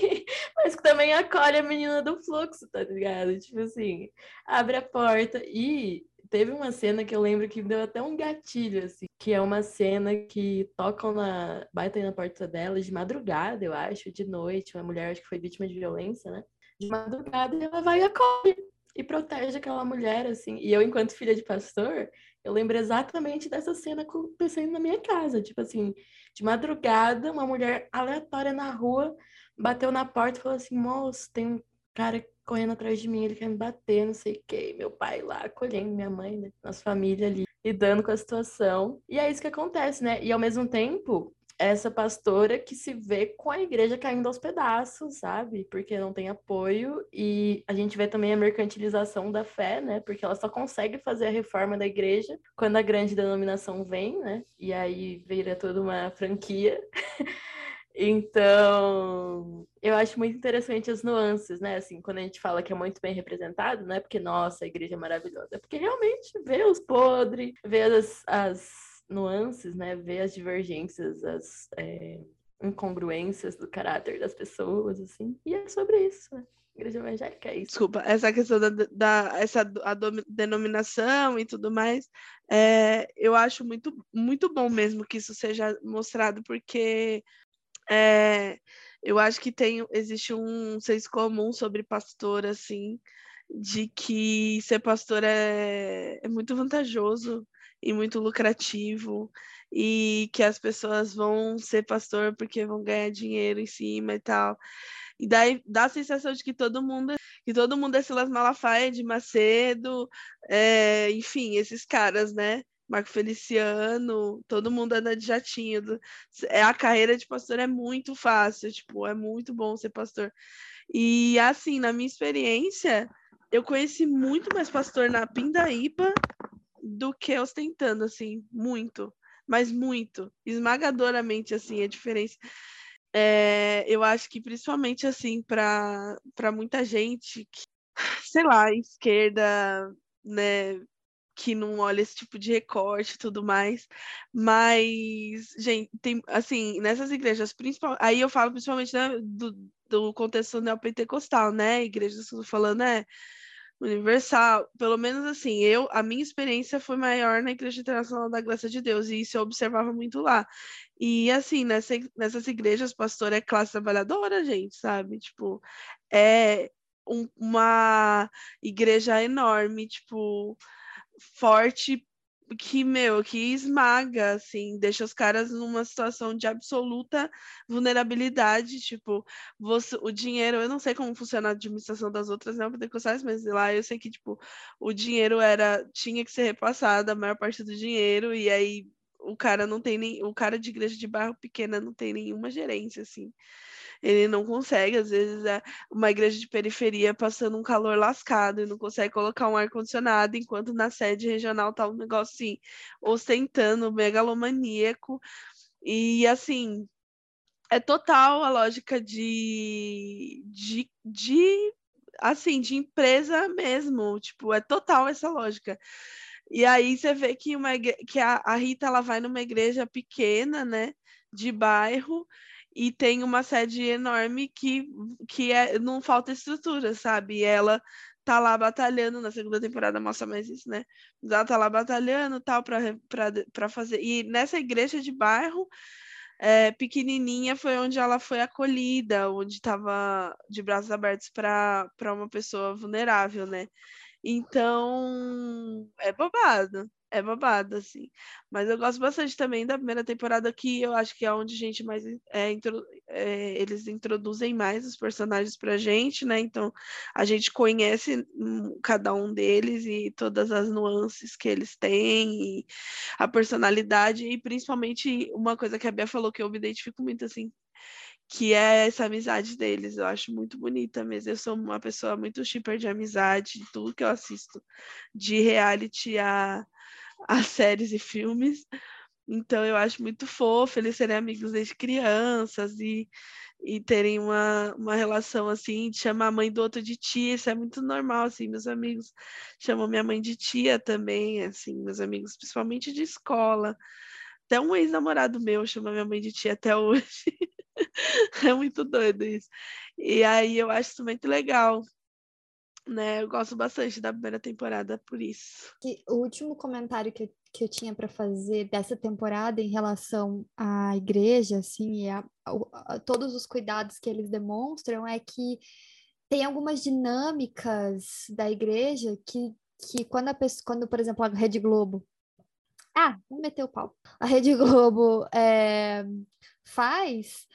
mas que também acolhe a menina do fluxo, tá ligado? Tipo assim, abre a porta e... Teve uma cena que eu lembro que deu até um gatilho, assim, que é uma cena que tocam na... batem na porta dela de madrugada, eu acho, de noite, uma mulher acho que foi vítima de violência, né? De madrugada, e ela vai e acolhe e protege aquela mulher, assim. E eu, enquanto filha de pastor, eu lembro exatamente dessa cena acontecendo na minha casa. Tipo assim, de madrugada, uma mulher aleatória na rua bateu na porta e falou assim, moço, tem um cara correndo atrás de mim, ele quer me bater, não sei o quê. Meu pai lá, acolhendo minha mãe, né? Nossa família ali, lidando com a situação. E é isso que acontece, né? E ao mesmo tempo, essa pastora que se vê com a igreja caindo aos pedaços, sabe? Porque não tem apoio. E a gente vê também a mercantilização da fé, né? Porque ela só consegue fazer a reforma da igreja quando a grande denominação vem, né? E aí vira toda uma franquia. Então, eu acho muito interessante as nuances, né? Assim, quando a gente fala que é muito bem representado, não é porque, nossa, a igreja é maravilhosa, é porque realmente vê os podres, vê as, as nuances, né? Vê as divergências, as é, incongruências do caráter das pessoas, assim. E é sobre isso, né? Igreja evangélica é isso. Desculpa, essa questão da, da essa a denominação e tudo mais, é, eu acho muito, muito bom mesmo que isso seja mostrado, porque é, eu acho que tem, existe um senso comum sobre pastor, assim, de que ser pastor é, é muito vantajoso e muito lucrativo, e que as pessoas vão ser pastor porque vão ganhar dinheiro em cima e tal. E daí dá a sensação de que todo mundo, que todo mundo é Silas Malafaia, de Macedo, é, enfim, esses caras, né? Marco Feliciano, todo mundo anda de jatinho. É, a carreira de pastor é muito fácil, tipo, é muito bom ser pastor. E assim, na minha experiência, eu conheci muito mais pastor na Pindaíba do que ostentando, assim, muito, mas muito, esmagadoramente, assim, a diferença. É, eu acho que principalmente, assim, para para muita gente, que, sei lá, esquerda, né, que não olha esse tipo de recorte e tudo mais. Mas, gente, tem, assim, nessas igrejas, principal, aí eu falo principalmente, né, do, do contexto neopentecostal, né? Igrejas que eu tô falando é universal. Pelo menos assim, eu, a minha experiência foi maior na Igreja Internacional da Graça de Deus, e isso eu observava muito lá. E assim, nessa, nessas igrejas, pastor é classe trabalhadora, gente, sabe? Tipo, é um- uma igreja enorme, tipo, forte, que, meu, que esmaga, assim, deixa os caras numa situação de absoluta vulnerabilidade, tipo, você, o dinheiro, eu não sei como funciona a administração das outras neopentecostais, mas lá eu sei que, tipo, o dinheiro era, tinha que ser repassado, a maior parte do dinheiro, e aí o cara não tem nem, o cara de igreja de bairro pequena não tem nenhuma gerência, assim. Ele não consegue, às vezes é uma igreja de periferia passando um calor lascado e não consegue colocar um ar-condicionado, enquanto na sede regional tá um negócio assim, ostentando, megalomaníaco. E assim, é total a lógica de, de, de assim, de empresa mesmo. Tipo, é total essa lógica. E aí você vê que, uma igre... que a, a Rita ela vai numa igreja pequena, né, de bairro, e tem uma sede enorme que, que é, não falta estrutura, sabe? E ela tá lá batalhando, na segunda temporada mostra mais isso, né? Ela tá lá batalhando tal para fazer. E nessa igreja de bairro, é, pequenininha, foi onde ela foi acolhida, onde estava de braços abertos para uma pessoa vulnerável, né? Então, é babado. É babado, assim. Mas eu gosto bastante também da primeira temporada, que eu acho que é onde a gente mais. É, intro, é, eles introduzem mais os personagens pra gente, né? Então, a gente conhece hum, cada um deles e todas as nuances que eles têm, e a personalidade, e principalmente uma coisa que a Bia falou que eu me identifico muito, assim, que é essa amizade deles. Eu acho muito bonita mesmo. Eu sou uma pessoa muito shipper de amizade, tudo que eu assisto, de reality a, a séries e filmes. Então eu acho muito fofo eles serem amigos desde crianças e, e terem uma, uma relação assim, de chamar a mãe do outro de tia, isso é muito normal, assim, meus amigos chamam minha mãe de tia também, assim, meus amigos, principalmente de escola. Até um ex-namorado meu chama minha mãe de tia até hoje. É muito doido isso. E aí eu acho isso muito legal, né? Eu gosto bastante da primeira temporada por isso. Que o último comentário que eu, que eu tinha para fazer dessa temporada em relação à igreja, assim, e a, a, a todos os cuidados que eles demonstram é que tem algumas dinâmicas da igreja que, que quando a pessoa, quando, por exemplo, a Rede Globo, ah, vamos meter o pau, a Rede Globo é, faz,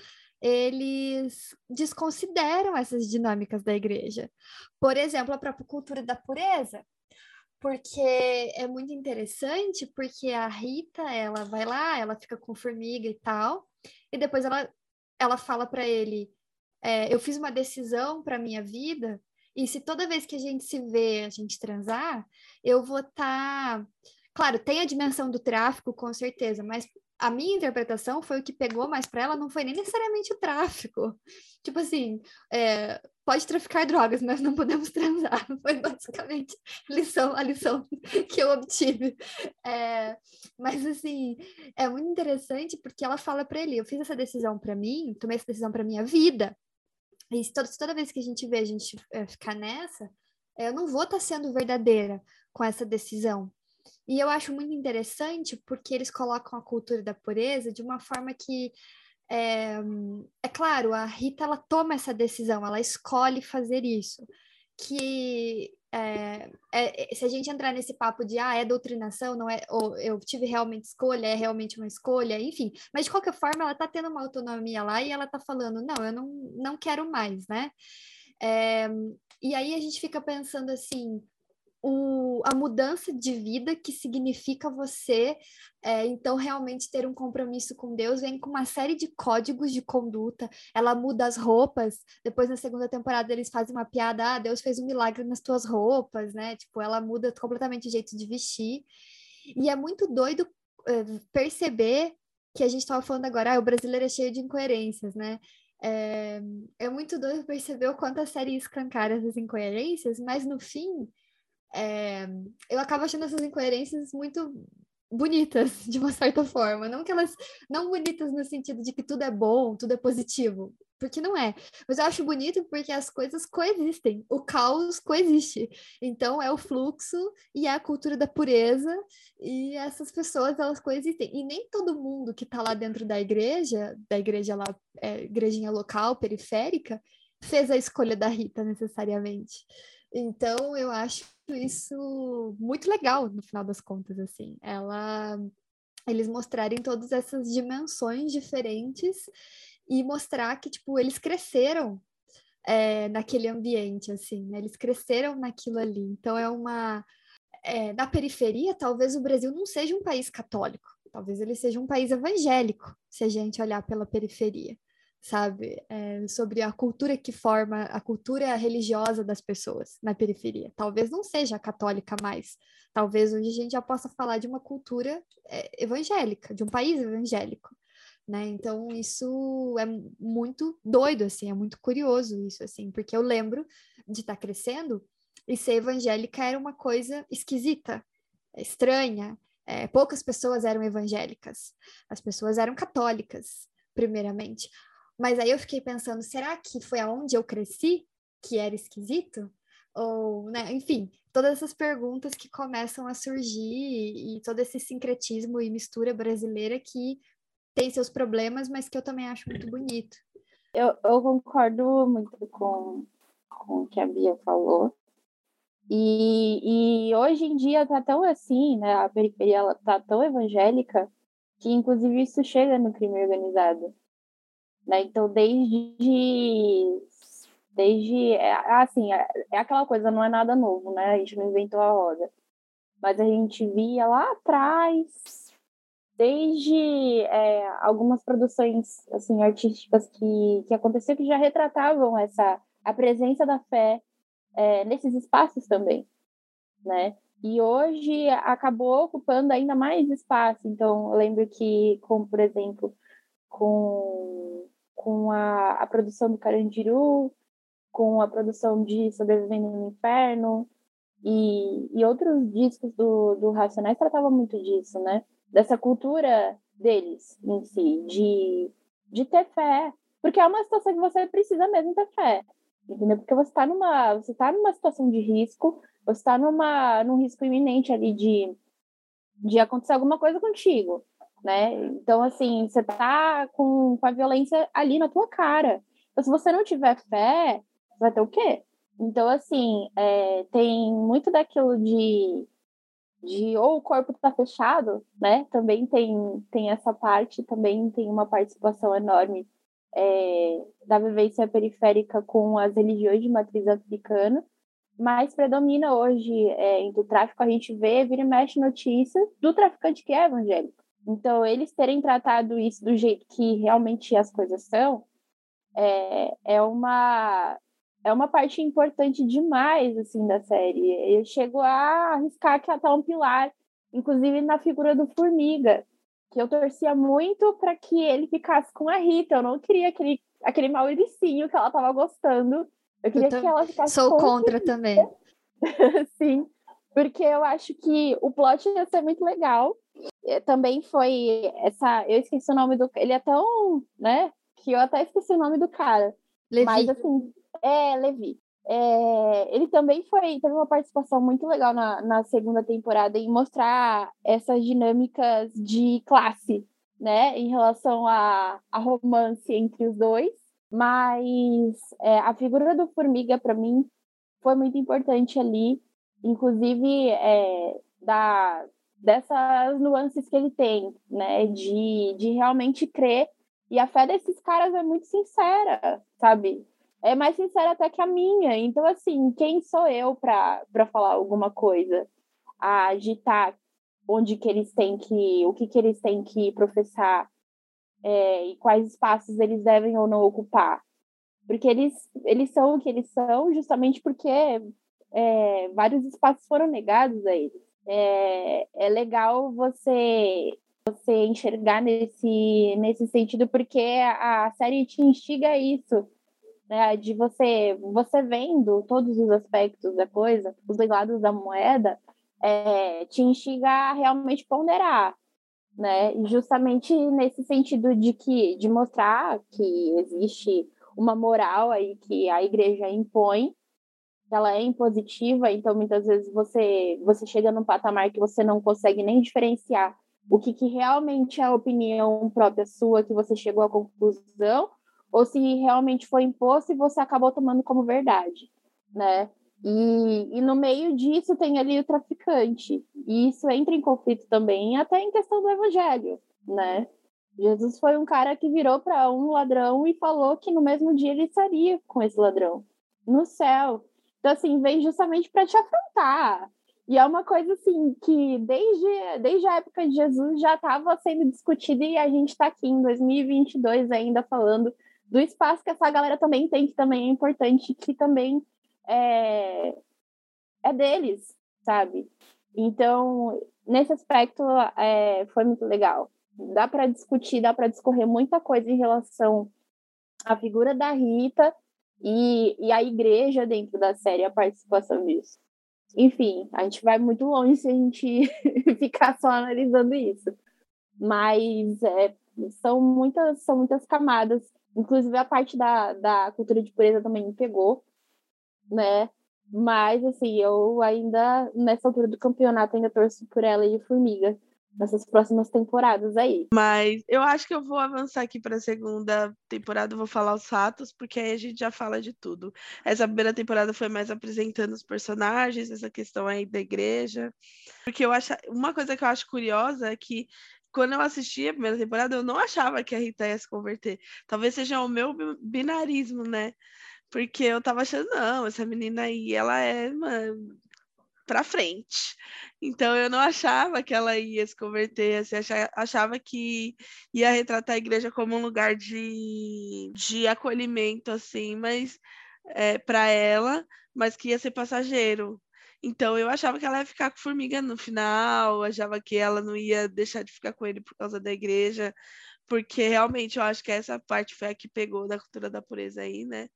eles desconsideram essas dinâmicas da igreja. Por exemplo, a própria cultura da pureza, porque é muito interessante, porque a Rita, ela vai lá, ela fica com formiga e tal, e depois ela, ela fala para ele, é, eu fiz uma decisão para minha vida, e se toda vez que a gente se vê, a gente transar, eu vou estar... Tá... Claro, tem a dimensão do tráfico, com certeza, mas a minha interpretação foi o que pegou mais para ela, não foi nem necessariamente o tráfico. Tipo assim, é, pode traficar drogas, mas não podemos transar. Foi basicamente lição, a lição que eu obtive. É, mas assim, é muito interessante porque ela fala para ele: eu fiz essa decisão para mim, tomei essa decisão para minha vida. E se toda, toda vez que a gente vê a gente é, ficar nessa, eu não vou estar tá sendo verdadeira com essa decisão. E eu acho muito interessante porque eles colocam a cultura da pureza de uma forma que, é, é claro, a Rita ela toma essa decisão, ela escolhe fazer isso. Que é, é, se a gente entrar nesse papo de ah, é doutrinação, não é, ou eu tive realmente escolha, é realmente uma escolha, enfim. Mas de qualquer forma, ela está tendo uma autonomia lá e ela está falando, não, eu não, não quero mais, né? É, e aí a gente fica pensando assim. O, a mudança de vida que significa você, é, então, realmente ter um compromisso com Deus, vem com uma série de códigos de conduta, ela muda as roupas, depois na segunda temporada eles fazem uma piada, ah, Deus fez um milagre nas tuas roupas, né, tipo, ela muda completamente o jeito de vestir, e é muito doido é, perceber que a gente estava falando agora, ah, o brasileiro é cheio de incoerências, né, é, é muito doido perceber o quanto a série escancara essas incoerências, mas no fim é, eu acabo achando essas incoerências muito bonitas, de uma certa forma. Não que elas, não bonitas no sentido de que tudo é bom, tudo é positivo, porque não é. Mas eu acho bonito porque as coisas coexistem, o caos coexiste. Então é o fluxo e é a cultura da pureza, e essas pessoas, elas coexistem. E nem todo mundo que está lá dentro da igreja, da igreja lá, é, igrejinha local, periférica, fez a escolha da Rita necessariamente. Então, eu acho isso muito legal, no final das contas, assim. Ela, eles mostrarem todas essas dimensões diferentes e mostrar que, tipo, eles cresceram é, naquele ambiente, assim, né? Eles cresceram naquilo ali. Então, é uma... É, na periferia, talvez o Brasil não seja um país católico. Talvez ele seja um país evangélico, se a gente olhar pela periferia, sabe? É, sobre a cultura que forma, a cultura religiosa das pessoas na periferia. Talvez não seja a católica mais. Talvez hoje a gente já possa falar de uma cultura é, evangélica, de um país evangélico, né? Então isso é muito doido, assim, é muito curioso isso, assim, porque eu lembro de estar crescendo e ser evangélica era uma coisa esquisita, estranha. É, poucas pessoas eram evangélicas, as pessoas eram católicas, primeiramente. Mas aí eu fiquei pensando, será que foi aonde eu cresci que era esquisito? Ou, né, enfim, todas essas perguntas que começam a surgir e todo esse sincretismo e mistura brasileira que tem seus problemas, mas que eu também acho muito bonito. Eu, eu concordo muito com, com o que a Bia falou. E, e hoje em dia tá tão assim, né? A periferia ela tá tão evangélica que, inclusive, isso chega no crime organizado. Né? Então, desde... desde é, assim, é, é aquela coisa, não é nada novo, né? A gente não inventou a roda. Mas a gente via lá atrás, desde é, algumas produções assim, artísticas que, que aconteciam que já retratavam essa, a presença da fé é, nesses espaços também, né? E hoje acabou ocupando ainda mais espaço. Então, eu lembro que, como, por exemplo, com, com a, a produção do Carandiru, com a produção de Sobrevivendo no Inferno e, e outros discos do, do Racionais tratavam muito disso, né? Dessa cultura deles em si, de, de ter fé. Porque é uma situação que você precisa mesmo ter fé, entendeu? Porque você está numa, você tá numa situação de risco, você está numa, num risco iminente ali de, de acontecer alguma coisa contigo, né? Então, assim, você tá com, com a violência ali na tua cara. Então, se você não tiver fé, você vai ter o quê? Então, assim, é, tem muito daquilo de, de ou o corpo tá fechado, né? Também tem, tem essa parte, também tem uma participação enorme é, da vivência periférica com as religiões de matriz africana, mas predomina hoje é, entre o tráfico, a gente vê, vira e mexe notícias do traficante que é evangélico. Então, eles terem tratado isso do jeito que realmente as coisas são, é, é, uma, é uma parte importante demais, assim, da série. Eu chego a arriscar que até um pilar, inclusive na figura do Formiga, que eu torcia muito para que ele ficasse com a Rita. Eu não queria aquele, aquele Mauricinho que ela estava gostando. Eu queria Eu que ela ficasse sou com contra também. Sim, porque eu acho que o plot ia ser muito legal. Também foi essa... Eu esqueci o nome do... Ele é tão... né? Que eu até esqueci o nome do cara. Levi. Mas, assim... É, Levi. É, ele também foi... Teve uma participação muito legal na, na segunda temporada em mostrar essas dinâmicas de classe, né? Em relação a, a romance entre os dois. Mas é, a figura do Formiga, para mim, foi muito importante ali, inclusive é, da, dessas nuances que ele tem, né, de, de realmente crer, e a fé desses caras é muito sincera, sabe? É mais sincera até que a minha. Então, assim, quem sou eu para falar alguma coisa? A agitar onde que eles têm que, o que que eles têm que professar, é, e quais espaços eles devem ou não ocupar. Porque eles, eles são o que eles são justamente porque é, vários espaços foram negados a eles. É, é legal você, você enxergar nesse, nesse sentido, porque a série te instiga a isso. né? De você, você vendo todos os aspectos da coisa, os dois lados da moeda, é, te instiga a realmente ponderar, né? E justamente nesse sentido de que de mostrar que existe uma moral aí que a igreja impõe, que ela é impositiva, então muitas vezes você você chega num patamar que você não consegue nem diferenciar o que, que realmente é a opinião própria sua, que você chegou à conclusão, ou se realmente foi imposto e você acabou tomando como verdade, né? E, e no meio disso tem ali o traficante. E isso entra em conflito também, até em questão do evangelho, né? Jesus foi um cara que virou para um ladrão e falou que no mesmo dia ele estaria com esse ladrão no céu. Então, assim, vem justamente para te afrontar. E é uma coisa, assim, que desde, desde a época de Jesus já estava sendo discutida e a gente está aqui em dois mil e vinte e dois ainda falando do espaço que essa galera também tem, que também é importante, que também é, é deles, sabe? Então, nesse aspecto, é, foi muito legal. Dá para discutir, dá para discorrer muita coisa em relação à figura da Rita e, e a igreja dentro da série, a participação disso. Enfim, a gente vai muito longe se a gente ficar só analisando isso. Mas é, são, muitas, são muitas camadas. Inclusive, a parte da, da cultura de pureza também me pegou, né? Mas, assim, eu ainda, nessa altura do campeonato, ainda torço por ela e o Formiga nessas próximas temporadas aí. Mas eu acho que eu vou avançar aqui para a segunda temporada, vou falar os fatos, porque aí a gente já fala de tudo. Essa primeira temporada foi mais apresentando os personagens, essa questão aí da igreja. Porque eu acho, uma coisa que eu acho curiosa é que quando eu assisti a primeira temporada, eu não achava que a Rita ia se converter. Talvez seja o meu binarismo, né? Porque eu tava achando, não, essa menina aí, ela é, mano, pra frente. Então eu não achava que ela ia se converter, assim, achava que ia retratar a igreja como um lugar de, de acolhimento, assim, mas é, para ela, mas que ia ser passageiro. Então eu achava que ela ia ficar com Formiga no final, achava que ela não ia deixar de ficar com ele por causa da igreja, porque realmente eu acho que essa parte foi a que pegou da cultura da pureza aí, né?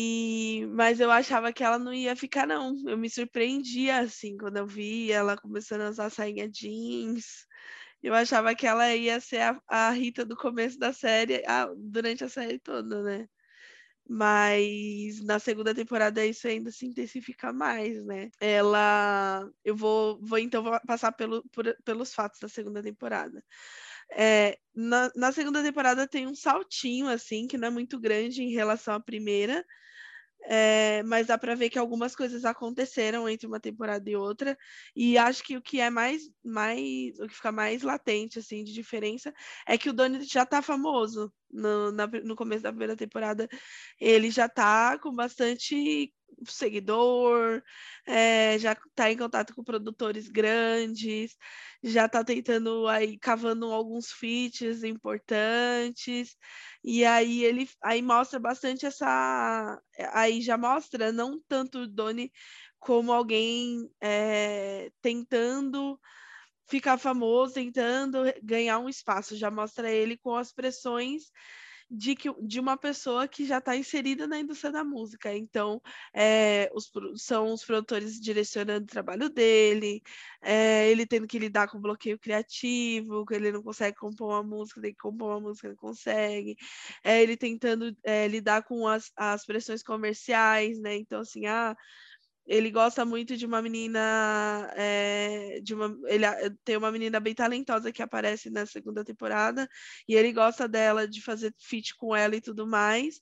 E mas eu achava que ela não ia ficar, não. Eu me surpreendia, assim, quando eu vi ela começando a usar sainha jeans. Eu achava que ela ia ser a, a Rita do começo da série, a, durante a série toda, né? Mas na segunda temporada isso ainda se intensifica mais, né? Ela. Eu vou, vou então vou passar pelo, por, pelos fatos da segunda temporada. É, na, na segunda temporada tem um saltinho, assim, que não é muito grande em relação à primeira, é, mas dá para ver que algumas coisas aconteceram entre uma temporada e outra, e acho que o que é mais, mais o que fica mais latente, assim, de diferença, é que o Donnie já tá famoso no, na, no começo da primeira temporada, ele já tá com bastante seguidor, é, já está em contato com produtores grandes, já está tentando aí cavando alguns feats importantes, e aí ele aí mostra bastante essa, aí já mostra não tanto o Donnie como alguém é, tentando ficar famoso, tentando ganhar um espaço, já mostra ele com as pressões de, que, de uma pessoa que já está inserida na indústria da música. Então, é, os, são os produtores direcionando o trabalho dele, é, ele tendo que lidar com bloqueio criativo, que ele não consegue compor uma música, tem que compor uma música, ele consegue. É, ele tentando é, lidar com as, as pressões comerciais, né? Então, assim, ah, ele gosta muito de uma menina, é, de uma, ele tem uma menina bem talentosa que aparece na segunda temporada, e ele gosta dela, de fazer feat com ela e tudo mais,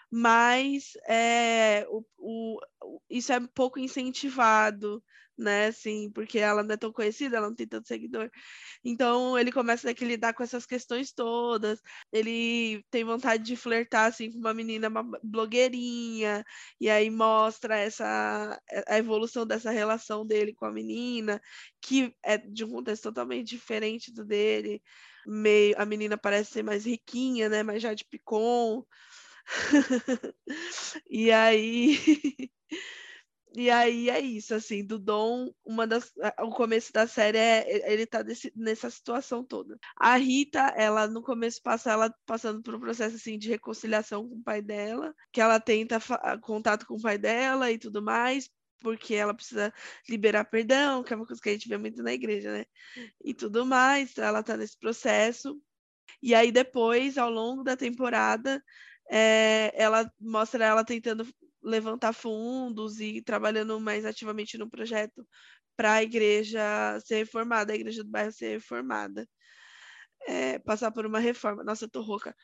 mas é, o, o, isso é pouco incentivado, né, assim, porque ela não é tão conhecida, ela não tem tanto seguidor. Então ele começa a ter que lidar com essas questões todas. Ele tem vontade de flertar assim com uma menina, uma blogueirinha, e aí mostra essa a evolução dessa relação dele com a menina, que é de um contexto totalmente diferente do dele. Meio, a menina parece ser mais riquinha, né, mais Jade Picon. E aí E aí é isso, assim, do Dom, uma das, o começo da série é ele tá desse, nessa situação toda. A Rita, ela no começo passa ela passando por um processo assim de reconciliação com o pai dela, que ela tenta fa- contato com o pai dela e tudo mais, porque ela precisa liberar perdão, que é uma coisa que a gente vê muito na igreja, né? E tudo mais, então ela tá nesse processo. E aí depois, ao longo da temporada, é, ela mostra ela tentando levantar fundos e trabalhando mais ativamente no projeto para a igreja ser reformada, a igreja do bairro ser reformada. É, passar por uma reforma. Nossa, eu tô rouca.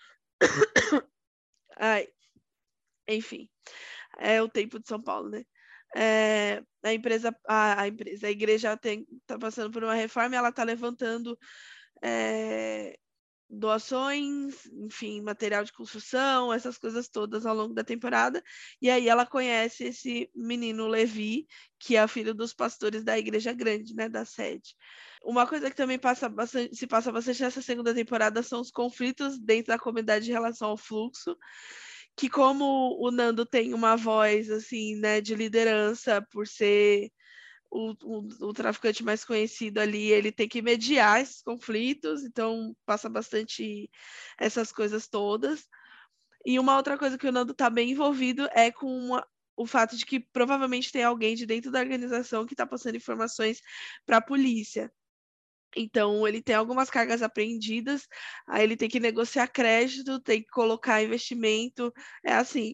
Ai, enfim, é o tempo de São Paulo, né? É, a empresa, a, a empresa, a igreja tem, tá passando por uma reforma e ela tá levantando é, doações, enfim, material de construção, essas coisas todas ao longo da temporada. E aí ela conhece esse menino Levi, que é o filho dos pastores da igreja grande, né, da sede. Uma coisa que também passa bastante, se passa bastante nessa segunda temporada são os conflitos dentro da comunidade em relação ao fluxo, que como o Nando tem uma voz assim, né, de liderança por ser o, o, o traficante mais conhecido ali, ele tem que mediar esses conflitos, então passa bastante essas coisas todas. E uma outra coisa que o Nando tá bem envolvido é com uma, o fato de que provavelmente tem alguém de dentro da organização que está passando informações para a polícia. Então, ele tem algumas cargas apreendidas, aí ele tem que negociar crédito, tem que colocar investimento. É assim,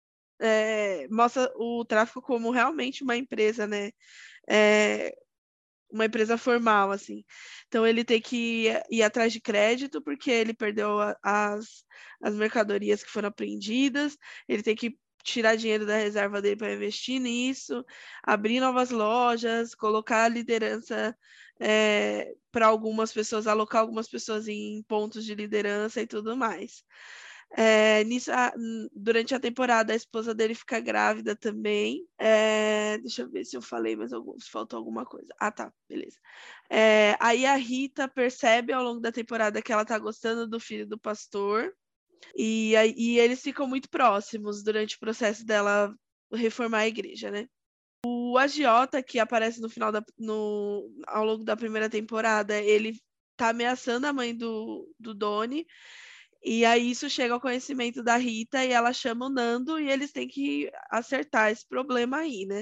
é, mostra o tráfico como realmente uma empresa, né? É, uma empresa formal, assim. Então, ele tem que ir, ir atrás de crédito, porque ele perdeu a, as, as mercadorias que foram apreendidas, ele tem que tirar dinheiro da reserva dele para investir nisso, abrir novas lojas, colocar a liderança é, para algumas pessoas, alocar algumas pessoas em pontos de liderança e tudo mais. É, nisso, a, durante a temporada, a esposa dele fica grávida também. É, deixa eu ver se eu falei, mas algum, se faltou alguma coisa. Ah, tá, beleza. É, aí a Rita percebe ao longo da temporada que ela tá gostando do filho do pastor. E, e eles ficam muito próximos durante o processo dela reformar a igreja, né? O agiota que aparece no final da, no, ao longo da primeira temporada, ele tá ameaçando a mãe do, do Doni. E aí isso chega ao conhecimento da Rita e ela chama o Nando e eles têm que acertar esse problema aí, né?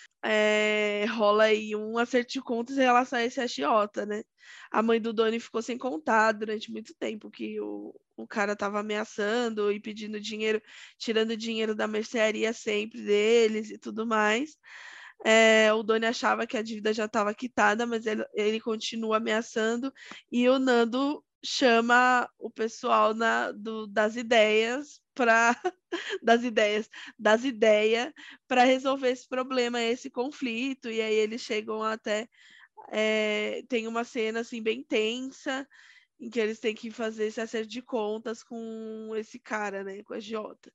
É, rola aí um acerto de contas em relação a esse agiota, né? A mãe do Doni ficou sem contar durante muito tempo que o, o cara tava ameaçando e pedindo dinheiro, tirando dinheiro da mercearia sempre deles e tudo mais. É, o Doni achava que a dívida já estava quitada, mas ele, ele continua ameaçando e o Nando chama o pessoal na, do, das ideias para das ideias, das ideias para resolver esse problema, esse conflito, e aí eles chegam até é, tem uma cena assim bem tensa em que eles têm que fazer esse acerto de contas com esse cara, né, com a agiota.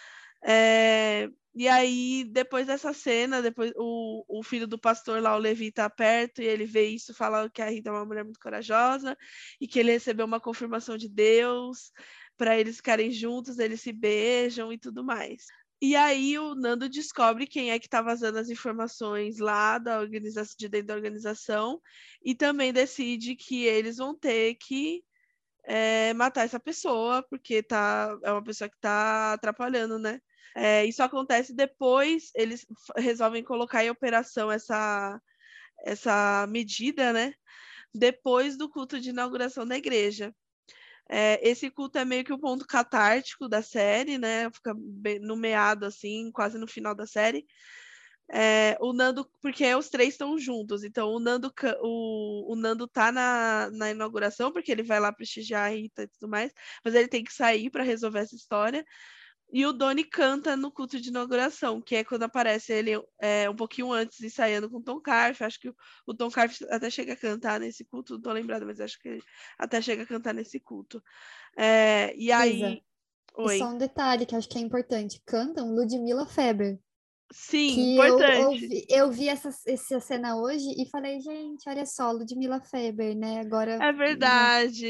É, e aí, depois dessa cena, depois o, o filho do pastor lá, o Levi, tá perto e ele vê isso, fala que a Rita é uma mulher muito corajosa e que ele recebeu uma confirmação de Deus para eles ficarem juntos, eles se beijam e tudo mais. E aí o Nando descobre quem é que tá vazando as informações lá da organização, de dentro da organização, e também decide que eles vão ter que é, matar essa pessoa, porque tá, é uma pessoa que tá atrapalhando, né? É, isso acontece depois, eles resolvem colocar em operação essa, essa medida, né? Depois do culto de inauguração da igreja. É, esse culto é meio que o ponto catártico da série, né? Fica bem, no meado, assim, quase no final da série. É, o Nando, porque os três estão juntos, então o Nando, o, o Nando tá na, na inauguração, porque ele vai lá prestigiar a Rita e tudo mais, mas ele tem que sair para resolver essa história. E o Doni canta no culto de inauguração, que é quando aparece ele é, um pouquinho antes ensaiando com o Tom Carf. Acho que o, o Tom Carf até chega a cantar nesse culto, não tô lembrada, mas acho que ele até chega a cantar nesse culto. É, e aí. Isa, e Oi. só um detalhe que eu acho que é importante. Cantam Ludmilla Feber. Sim, Que eu importante. ouvi, eu vi essa, essa cena hoje e falei, gente, olha só, Ludmilla Feber, né? Agora. É verdade.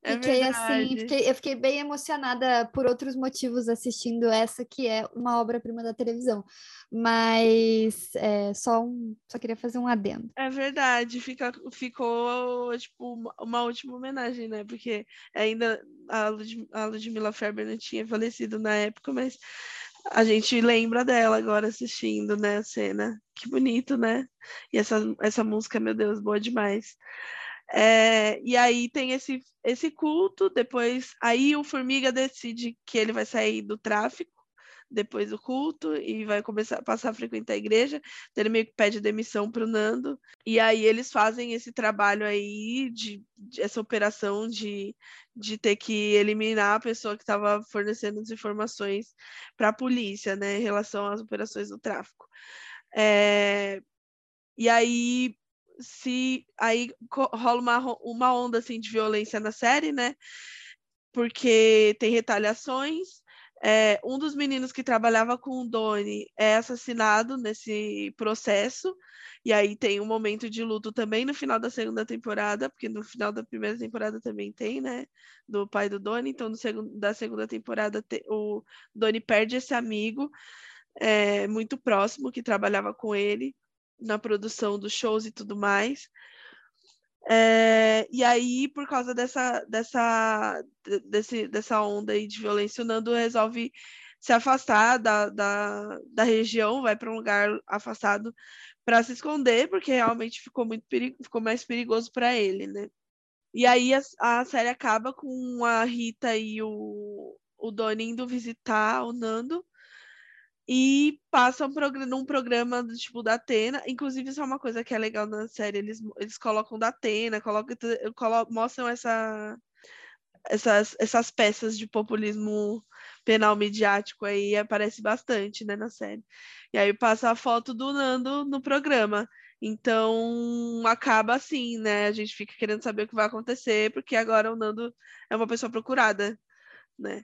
É Fiquei assim, verdade. fiquei, eu fiquei bem emocionada por outros motivos assistindo essa, que é uma obra-prima da televisão. Mas é, só, um, só queria fazer um adendo. É verdade, fica, ficou tipo uma, uma última homenagem, né? Porque ainda a, Lud, a Ludmilla Ferber não tinha falecido na época, mas a gente lembra dela agora assistindo, né, a cena. Que bonito, né? E essa, essa música, meu Deus, boa demais. É, e aí tem esse, esse culto, depois aí o Formiga decide que ele vai sair do tráfico depois do culto e vai começar a passar a frequentar a igreja. Então ele meio que pede demissão pro Nando. E aí eles fazem esse trabalho aí, de, de essa operação de, de ter que eliminar a pessoa que estava fornecendo as informações para a polícia, né, em relação às operações do tráfico. É, e aí se aí rola uma, uma onda assim de violência na série, né? Porque tem retaliações. É, um dos meninos que trabalhava com o Donnie é assassinado nesse processo, e aí tem um momento de luto também no final da segunda temporada, porque no final da primeira temporada também tem, né, do pai do Donnie. Então no segundo, da segunda temporada te, o Donnie perde esse amigo é, muito próximo que trabalhava com ele na produção dos shows e tudo mais. É, e aí, por causa dessa, dessa, desse, dessa onda aí de violência, o Nando resolve se afastar da, da, da região, vai para um lugar afastado para se esconder, porque realmente ficou muito perigo, ficou mais perigoso para ele, né? E aí a, a série acaba com a Rita e o, o Donnie indo visitar o Nando e passam progr- num programa do tipo da Atena. Inclusive, isso é uma coisa que é legal na série. Eles, eles colocam da Atena, colocam, colo- mostram essa, essas, essas peças de populismo penal midiático aí, aparece bastante, né, na série. E aí passa a foto do Nando no programa. Então acaba assim, né? A gente fica querendo saber o que vai acontecer, porque agora o Nando é uma pessoa procurada, né?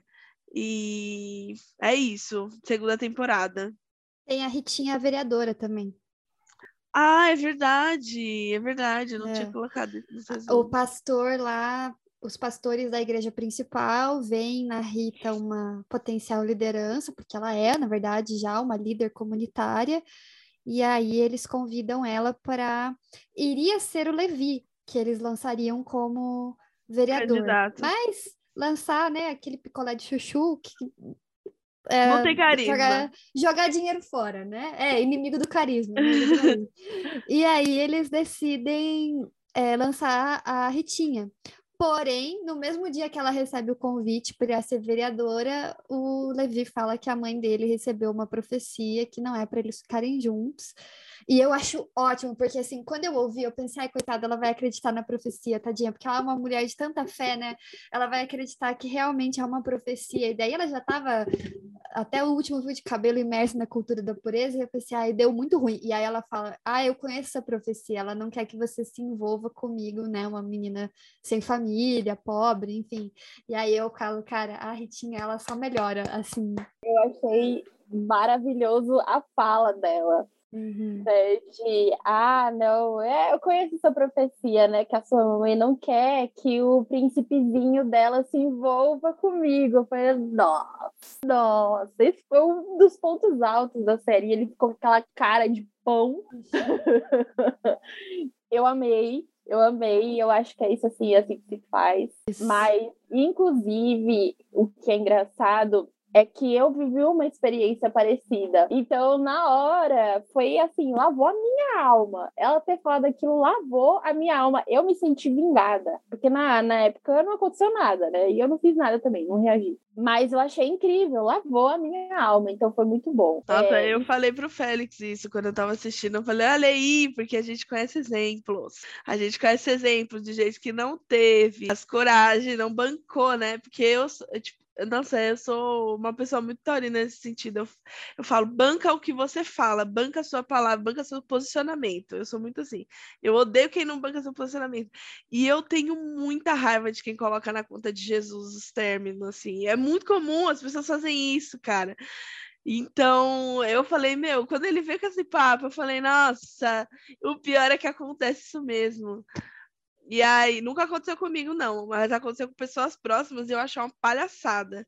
E é isso, segunda temporada. Tem a Ritinha a vereadora também. Ah, é verdade, é verdade, eu não tinha É. colocado isso nos O resumos. pastor lá, os pastores da igreja principal veem na Rita uma potencial liderança, porque ela é, na verdade, já uma líder comunitária, e aí eles convidam ela para. Iria ser o Levi, que eles lançariam como vereador. Candidato. Mas lançar, né, aquele picolé de chuchu que Não tem carisma. jogar, jogar dinheiro fora, né? É inimigo do carisma. Inimigo do carisma. E aí eles decidem é, lançar a Ritinha. Porém, no mesmo dia que ela recebe o convite para ser vereadora, o Levi fala que a mãe dele recebeu uma profecia que não é para eles ficarem juntos. E eu acho ótimo, porque assim, quando eu ouvi, eu pensei, ai, coitada, ela vai acreditar na profecia, tadinha, porque ela é uma mulher de tanta fé, né? Ela vai acreditar que realmente é uma profecia. E daí ela já estava até o último fio de cabelo imerso na cultura da pureza, e eu pensei, ai, deu muito ruim. E aí ela fala, ah, eu conheço essa profecia, ela não quer que você se envolva comigo, né? Uma menina sem família, pobre, enfim. E aí eu falo, cara, a Ritinha, ela só melhora, assim. Eu achei maravilhoso a fala dela. Uhum. Né, de, ah, não, é, eu conheço essa profecia, né, que a sua mãe não quer que o príncipezinho dela se envolva comigo. Eu falei, nossa, nossa, esse foi um dos pontos altos da série. Ele ficou com aquela cara de pão. Eu amei, eu amei, eu acho que é isso assim, assim que se faz. Mas, inclusive, o que é engraçado é que eu vivi uma experiência parecida. Então, na hora, foi assim, lavou a minha alma. Ela ter falado aquilo lavou a minha alma. Eu me senti vingada. Porque na, na época não aconteceu nada, né? E eu não fiz nada também, não reagi. Mas eu achei incrível, lavou a minha alma. Então, foi muito bom. Nossa, É... eu falei pro Félix isso quando eu tava assistindo. Eu falei, olha aí, porque a gente conhece exemplos. A gente conhece exemplos de gente que não teve as coragem, não bancou, né? Porque eu, tipo, nossa, eu sou uma pessoa muito taurina nesse sentido. Eu, eu falo, banca o que você fala, banca a sua palavra, banca seu posicionamento. Eu sou muito assim. Eu odeio quem não banca seu posicionamento. E eu tenho muita raiva de quem coloca na conta de Jesus os términos, assim. É muito comum, as pessoas fazem isso, cara. Então, eu falei, meu, quando ele veio com esse papo, eu falei, nossa, o pior é que acontece isso mesmo. E aí, nunca aconteceu comigo, não, mas aconteceu com pessoas próximas e eu achei uma palhaçada.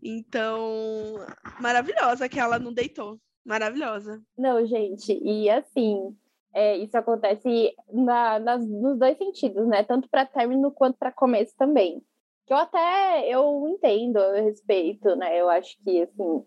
Então, maravilhosa que ela não deitou. Maravilhosa. Não, gente, e assim, é, isso acontece na, nas, nos dois sentidos, né? Tanto para término quanto para começo também. Que eu até, eu entendo, eu respeito, né? Eu acho que, assim,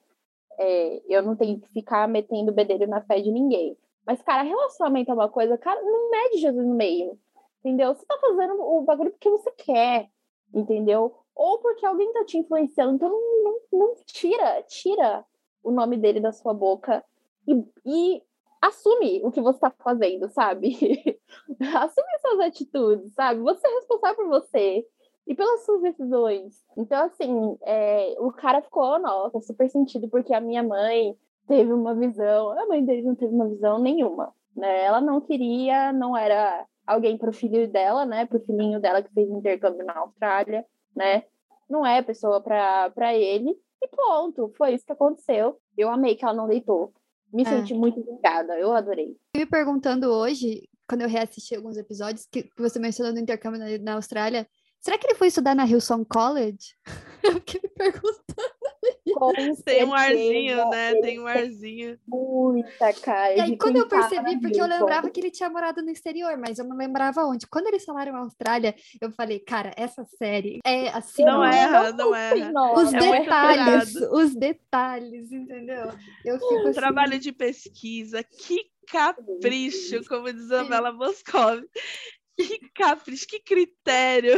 é, eu não tenho que ficar metendo bedelho na fé de ninguém. Mas, cara, relacionamento é uma coisa, cara, não mede Jesus no meio, entendeu? Você tá fazendo o bagulho porque você quer, entendeu? Ou porque alguém tá te influenciando, então não, não, não tira, tira o nome dele da sua boca e, e assume o que você tá fazendo, sabe? Assume suas atitudes, sabe? Você é responsável por você e pelas suas decisões. Então, assim, é, o cara ficou, nossa, super sentido, porque a minha mãe teve uma visão, a mãe dele não teve uma visão nenhuma, né? Ela não queria, não era alguém pro filho dela, né? Pro filhinho dela que fez intercâmbio na Austrália, né? Não é pessoa pra, pra ele. E ponto, foi isso que aconteceu. Eu amei que ela não deitou. Me É. senti muito vingada, eu adorei. Eu me perguntando hoje, quando eu reassisti alguns episódios, que você mencionou no intercâmbio na, na Austrália, será que ele foi estudar na Hillsong College? Eu fiquei me perguntando. Com Tem um certeza, arzinho, né? ele Tem um arzinho. muita cara E aí, de quando quem eu percebi, tava na porque eu Hillsong. lembrava que ele tinha morado no exterior, mas eu não lembrava onde. Quando eles falaram Austrália, eu falei, cara, essa série é assim, Não ó, erra, não erra. os Nossa, É muito detalhes, apurado. os detalhes, entendeu? Eu fico assim, Trabalho de pesquisa, que capricho, como diz a Bela Moscov. Que capricho, que critério.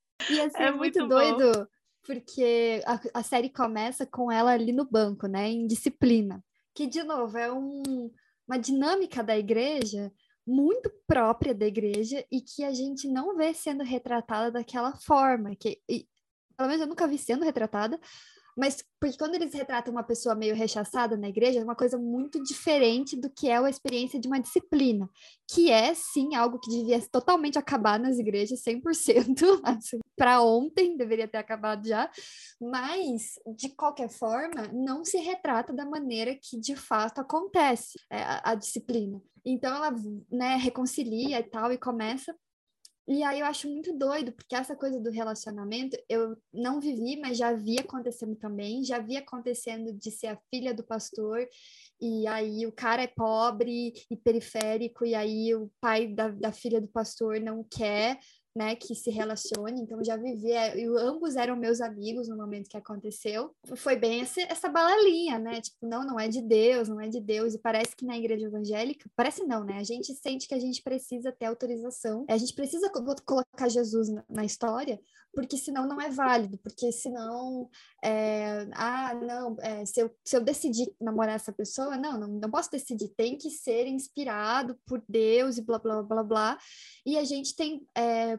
e assim, É é muito muito bom. doido, porque a, a série começa com ela ali no banco, né, em disciplina, que, de novo, é um, uma dinâmica da igreja muito própria da igreja e que a gente não vê sendo retratada daquela forma, que, e, pelo menos eu nunca vi sendo retratada, mas porque quando eles retratam uma pessoa meio rechaçada na igreja, é uma coisa muito diferente do que é a experiência de uma disciplina, que é, sim, algo que devia totalmente acabar nas igrejas, cem por cento, assim, para ontem, deveria ter acabado já, mas, de qualquer forma, não se retrata da maneira que, de fato, acontece é, a, a disciplina. Então, ela, né, reconcilia e tal, e começa. E aí eu acho muito doido, porque essa coisa do relacionamento eu não vivi, mas já vi acontecendo também, já vi acontecendo de ser a filha do pastor, e aí o cara é pobre e periférico, e aí o pai da, da filha do pastor não quer, né, que se relacione, então eu já vivi, é, e ambos eram meus amigos no momento que aconteceu, foi bem esse, essa balalinha, né, tipo, não, não é de Deus, não é de Deus, e parece que na igreja evangélica, parece não, né, a gente sente que a gente precisa ter autorização, a gente precisa co- colocar Jesus na, na história, porque senão não é válido, porque senão, é, ah, não, é, se, eu, se eu decidir namorar essa pessoa, não, não, não posso decidir, tem que ser inspirado por Deus e blá, blá, blá, blá, e a gente tem, é,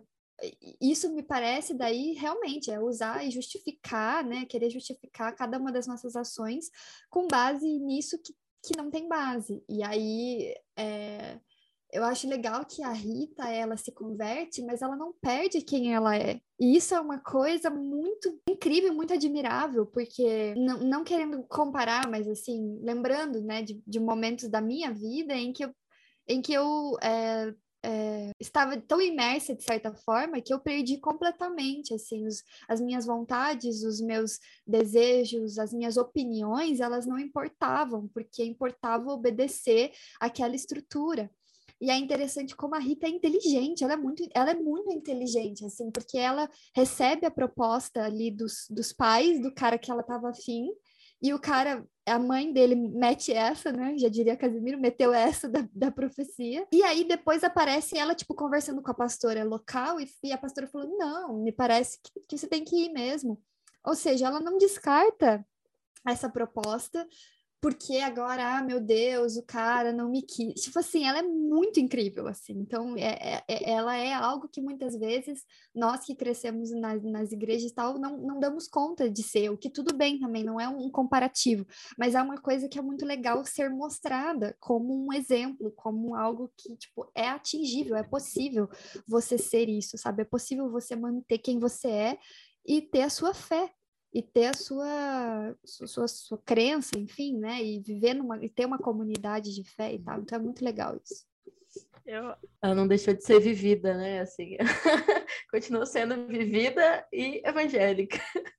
isso me parece daí realmente é usar e justificar, né, querer justificar cada uma das nossas ações com base nisso que, que não tem base, e aí, é, eu acho legal que a Rita, ela se converte, mas ela não perde quem ela é. E isso é uma coisa muito incrível, muito admirável, porque não, não querendo comparar, mas assim, lembrando, né, de, de momentos da minha vida em que eu, em que eu é, é, estava tão imersa, de certa forma, que eu perdi completamente, assim, os, as minhas vontades, os meus desejos, as minhas opiniões, elas não importavam, porque importava obedecer àquela estrutura. E é interessante como a Rita é inteligente, ela é muito, ela é muito inteligente, assim, porque ela recebe a proposta ali dos, dos pais, do cara que ela estava afim, e o cara, a mãe dele mete essa, né? Já diria Casimiro, meteu essa da, da profecia. E aí depois aparece ela, tipo, conversando com a pastora local, e, e a pastora falou, não, me parece que, que você tem que ir mesmo. Ou seja, ela não descarta essa proposta, porque agora, ah, meu Deus, o cara não me quis. Tipo assim, ela é muito incrível, assim. Então, é, é, ela é algo que muitas vezes nós que crescemos nas, nas igrejas e tal, não, não damos conta de ser, o que tudo bem também, não é um comparativo, mas é uma coisa que é muito legal ser mostrada como um exemplo, como algo que, tipo, é atingível, é possível você ser isso, sabe? É possível você manter quem você é e ter a sua fé, e ter a sua, sua, sua crença, enfim, né? E viver numa, e ter uma comunidade de fé e tal. Então é muito legal isso. Eu, Ela não deixou de ser vivida, né? Assim, continua sendo vivida e evangélica.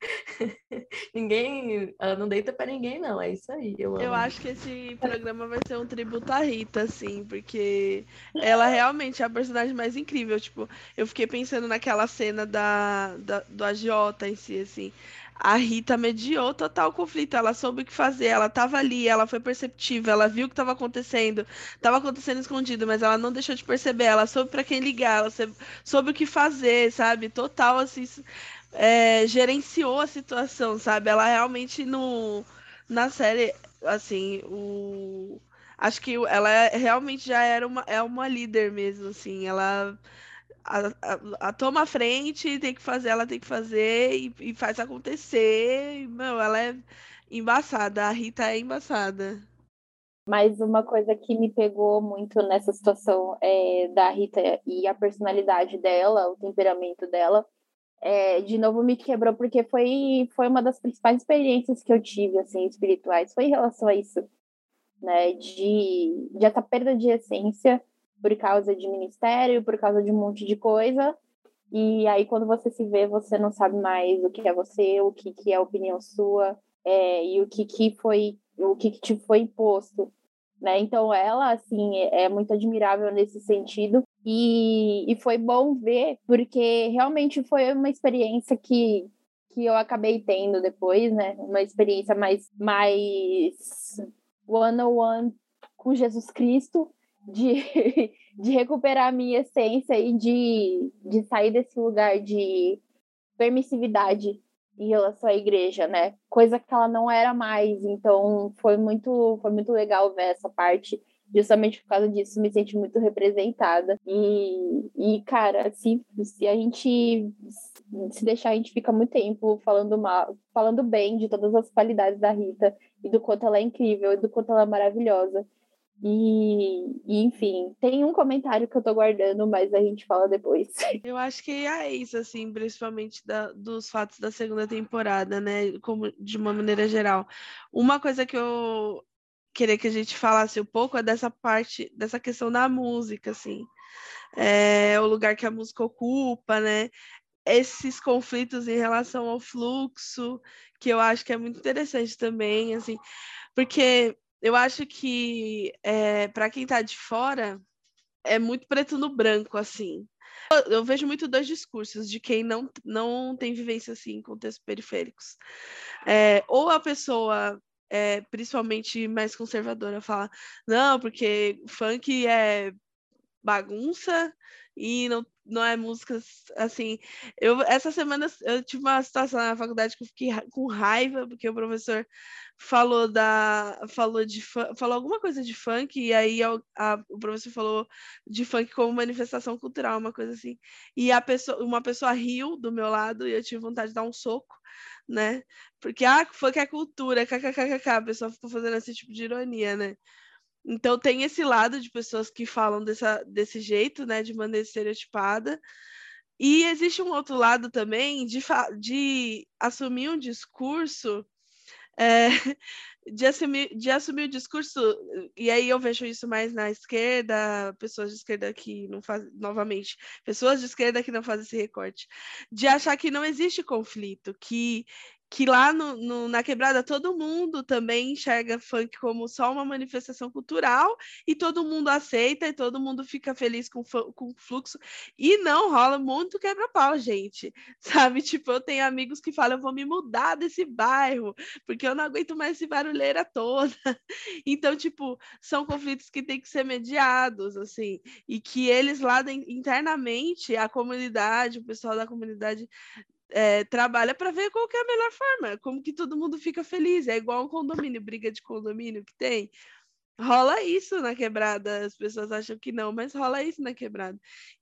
Ninguém, ela não deita pra ninguém, não. É isso aí. Eu eu amo. acho que esse programa vai ser um tributo à Rita, assim, porque ela realmente é a personagem mais incrível. Tipo, eu fiquei pensando naquela cena da, da- do agiota em si, assim. A Rita mediou total o conflito, ela soube o que fazer, ela tava ali, ela foi perceptiva, ela viu o que estava acontecendo, estava acontecendo escondido, mas ela não deixou de perceber, ela soube para quem ligar, ela soube, soube o que fazer, sabe? Total, assim, é, gerenciou a situação, sabe? Ela realmente no, na série, assim, o acho que ela é- realmente já era uma, é uma líder mesmo, assim, ela a, a, a toma a frente, tem que fazer, ela tem que fazer e, e faz acontecer. E, meu, ela é embaçada, a Rita é embaçada. Mas uma coisa que me pegou muito nessa situação é, da Rita e a personalidade dela, o temperamento dela, é, de novo me quebrou, porque foi, foi uma das principais experiências que eu tive, assim, espirituais, foi em relação a isso, né, de, de essa perda de essência por causa de ministério, por causa de um monte de coisa, e aí quando você se vê, você não sabe mais o que é você, o que, que é opinião sua, é, e o que, que foi, o que, que te foi imposto, né? Então ela, assim, é muito admirável nesse sentido, e, e foi bom ver, porque realmente foi uma experiência que, que eu acabei tendo depois, né? Uma experiência mais, mais one-on-one com Jesus Cristo, de, de recuperar a minha essência e de, de sair desse lugar de permissividade em relação à igreja, né? Coisa que ela não era mais. Então foi muito, foi muito legal ver essa parte. Justamente por causa disso, me senti muito representada. E, e cara, se, se a gente se deixar, a gente fica muito tempo falando mal, falando bem de todas as qualidades da Rita e do quanto ela é incrível e do quanto ela é maravilhosa. E, e, enfim, tem um comentário que eu tô guardando, mas a gente fala depois. Eu acho que é isso, assim, principalmente da, dos fatos da segunda temporada, né? Como de uma maneira geral. Uma coisa que eu queria que a gente falasse um pouco é dessa parte, dessa questão da música, assim. É, o lugar que a música ocupa, né? Esses conflitos em relação ao fluxo, que eu acho que é muito interessante também, assim, porque eu acho que é, para quem está de fora é muito preto no branco, assim. Eu, eu vejo muito dois discursos de quem não, não tem vivência assim em contextos periféricos. É, ou a pessoa é, principalmente mais conservadora fala, não, porque funk é bagunça e não, não é música assim. Eu, essa semana eu tive uma situação na faculdade que eu fiquei com raiva, porque o professor falou da falou de falou alguma coisa de funk e aí a, a, o professor falou de funk como manifestação cultural, uma coisa assim. E a pessoa, uma pessoa riu do meu lado e eu tive vontade de dar um soco, né? Porque ah, funk é cultura, kkkk, a pessoa ficou fazendo esse tipo de ironia, né? Então tem esse lado de pessoas que falam dessa, desse jeito, né, de maneira estereotipada. E existe um outro lado também de, de assumir um discurso, é, de, assumir, de assumir o discurso, e aí eu vejo isso mais na esquerda, pessoas de esquerda que não fazem, novamente, pessoas de esquerda que não fazem esse recorte, de achar que não existe conflito, que que lá no, no, na quebrada todo mundo também enxerga funk como só uma manifestação cultural e todo mundo aceita e todo mundo fica feliz com, com o fluxo. E não rola muito quebra-pau, gente. Sabe? Tipo, eu tenho amigos que falam, eu vou me mudar desse bairro, porque eu não aguento mais esse barulheira toda. Então, tipo, são conflitos que têm que ser mediados, assim, e que eles lá internamente, a comunidade, o pessoal da comunidade é, trabalha para ver qual que é a melhor forma, como que todo mundo fica feliz. É igual um condomínio, briga de condomínio que tem. Rola isso na quebrada, as pessoas acham que não, mas rola isso na quebrada.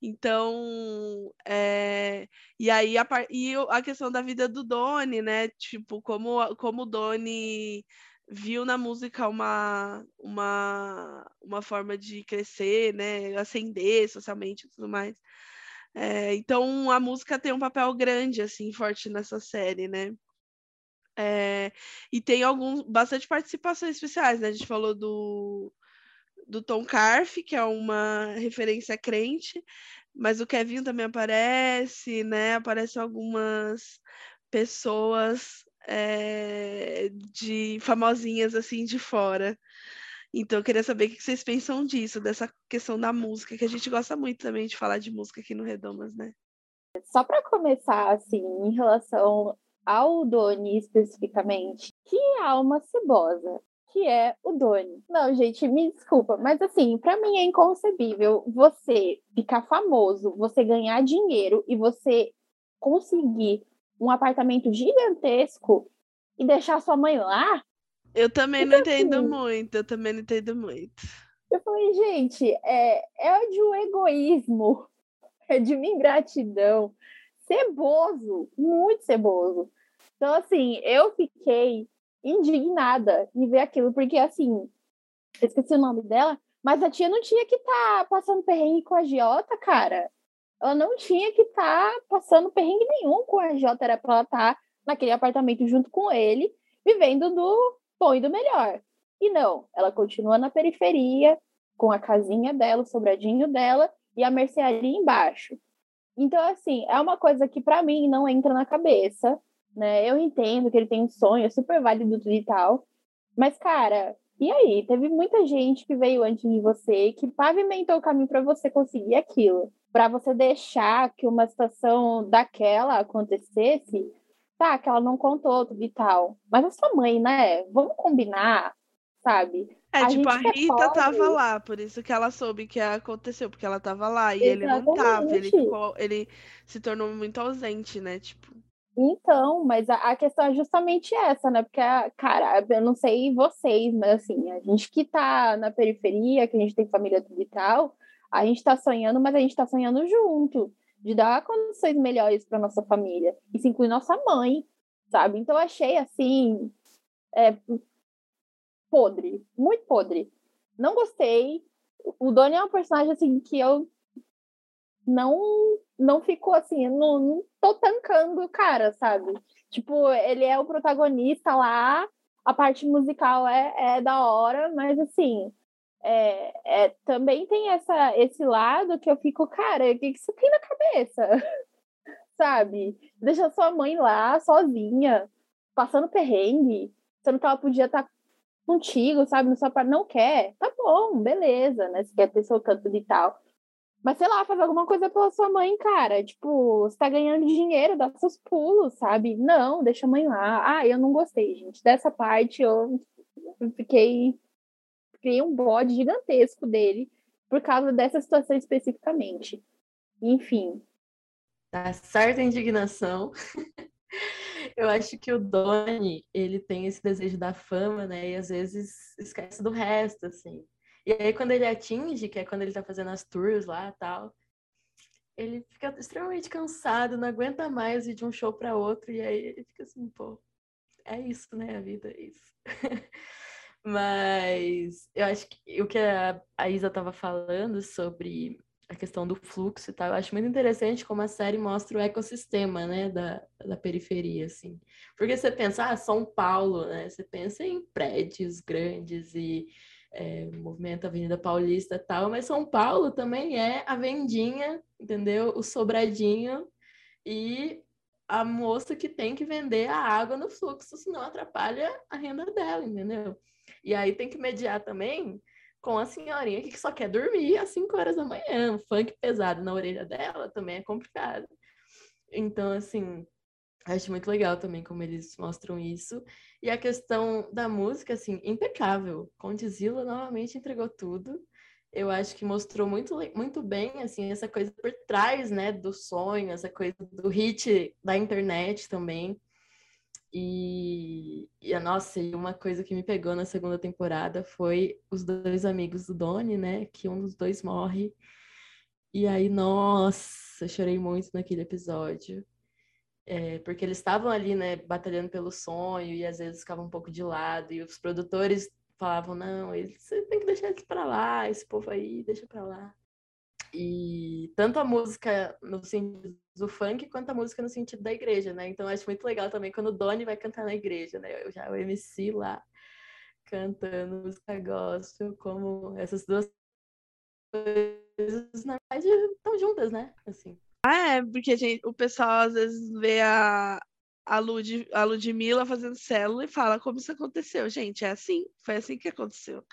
Então, é... e aí a, par... e a questão da vida do Doni, né? Tipo, como, como o Doni viu na música uma, uma, uma forma de crescer, né? Ascender socialmente e tudo mais. É, então a música tem um papel grande, assim, forte nessa série, né? É, e tem alguns, bastante participações especiais, né? A gente falou do, do Tom Carf, que é uma referência crente, mas o Kevin também aparece, né? Aparecem algumas pessoas é, de famosinhas assim de fora. Então eu queria saber o que vocês pensam disso, dessa questão da música, que a gente gosta muito também de falar de música aqui no Redomas, né? Só para começar, assim, em relação ao Doni especificamente, que alma cebosa, que é o Doni. Não, gente, me desculpa, mas assim, para mim é inconcebível você ficar famoso, você ganhar dinheiro e você conseguir um apartamento gigantesco e deixar sua mãe lá. Eu também não entendo muito, eu também não entendo muito. Eu falei, gente, é, é de um egoísmo, é de uma ingratidão, ceboso, muito ceboso. Então, assim, eu fiquei indignada em ver aquilo, porque, assim, eu esqueci o nome dela, mas a tia não tinha que estar tá passando perrengue com a agiota, cara. Ela não tinha que estar tá passando perrengue nenhum com a agiota, era pra ela estar tá naquele apartamento junto com ele, vivendo do bom e do melhor. E não, ela continua na periferia, com a casinha dela, o sobradinho dela e a mercearia embaixo. Então, assim, é uma coisa que para mim não entra na cabeça, né? Eu entendo que ele tem um sonho, é super válido e tal, mas, cara, e aí? Teve muita gente que veio antes de você, que pavimentou o caminho para você conseguir aquilo, para você deixar que uma situação daquela acontecesse, tá, que ela não contou tudo e tal, mas a sua mãe, né? Vamos combinar, sabe? É, a tipo, a gente que é Rita pobre, tava lá, por isso que ela soube que aconteceu, porque ela tava lá e ele não tava, ele exatamente. ficou, ele se tornou muito ausente, né, tipo. Então, mas a, a questão é justamente essa, né? Porque, cara, eu não sei vocês, mas assim, a gente que tá na periferia, que a gente tem família tudo e tal, a gente tá sonhando, mas a gente tá sonhando junto, de dar condições melhores para nossa família. Isso inclui nossa mãe, sabe? Então, eu achei assim, é, podre, muito podre. Não gostei. O Doni é um personagem assim que eu não não ficou assim, não, não tô tancando o cara, sabe? Tipo, ele é o protagonista lá, a parte musical é, é da hora, mas assim, é, é, também tem essa, esse lado que eu fico, cara, o que, que você tem na cabeça? Sabe? Deixa sua mãe lá, sozinha, passando perrengue, sendo que ela podia estar contigo, sabe? No seu par... Não quer? Tá bom, beleza, né? Você quer ter seu canto e tal. Mas, sei lá, faz alguma coisa pela sua mãe, cara. Tipo, você tá ganhando dinheiro, dá seus pulos, sabe? Não, deixa a mãe lá. Ah, eu não gostei, gente. Dessa parte eu fiquei... Criei um bode gigantesco dele por causa dessa situação especificamente. Enfim. Tá certa a indignação. Eu acho que o Doni, ele tem esse desejo da fama, né? E às vezes esquece do resto, assim. E aí, quando ele atinge, que é quando ele tá fazendo as tours lá e tal, ele fica extremamente cansado, não aguenta mais ir de um show para outro, e aí ele fica assim, pô, é isso, né? A vida é isso. Mas eu acho que o que a Isa tava falando sobre a questão do fluxo e tal, eu acho muito interessante como a série mostra o ecossistema, né, da, da periferia, assim. Porque você pensa, ah, São Paulo, né? Você pensa em prédios grandes e é, movimento Avenida Paulista e tal, mas São Paulo também é a vendinha, entendeu? O sobradinho e a moça que tem que vender a água no fluxo, senão atrapalha a renda dela, entendeu? E aí tem que mediar também com a senhorinha que só quer dormir às cinco horas da manhã. Funk pesado na orelha dela também é complicado. Então, assim, acho muito legal também como eles mostram isso. E a questão da música, assim, impecável. Condzilla novamente entregou tudo. Eu acho que mostrou muito, muito bem, assim, essa coisa por trás, né, do sonho, essa coisa do hit da internet também. E, e a nossa, e uma coisa que me pegou na segunda temporada foi os dois amigos do Doni, né, que um dos dois morre. E aí, nossa, eu chorei muito naquele episódio. É, porque eles estavam ali, né, batalhando pelo sonho e às vezes ficavam um pouco de lado. E os produtores falavam, não, eles, você tem que deixar eles pra lá, esse povo aí, deixa pra lá. E tanto a música no sentido do funk, quanto a música no sentido da igreja, né? Então eu acho muito legal também quando o Doni vai cantar na igreja, né? Eu já o M C lá cantando música gospel, como essas duas coisas, na verdade, estão juntas, né? Assim. Ah, é, porque a gente, o pessoal às vezes vê a, a, Lud, a Ludmilla fazendo célula e fala como isso aconteceu. Gente, é assim, foi assim que aconteceu.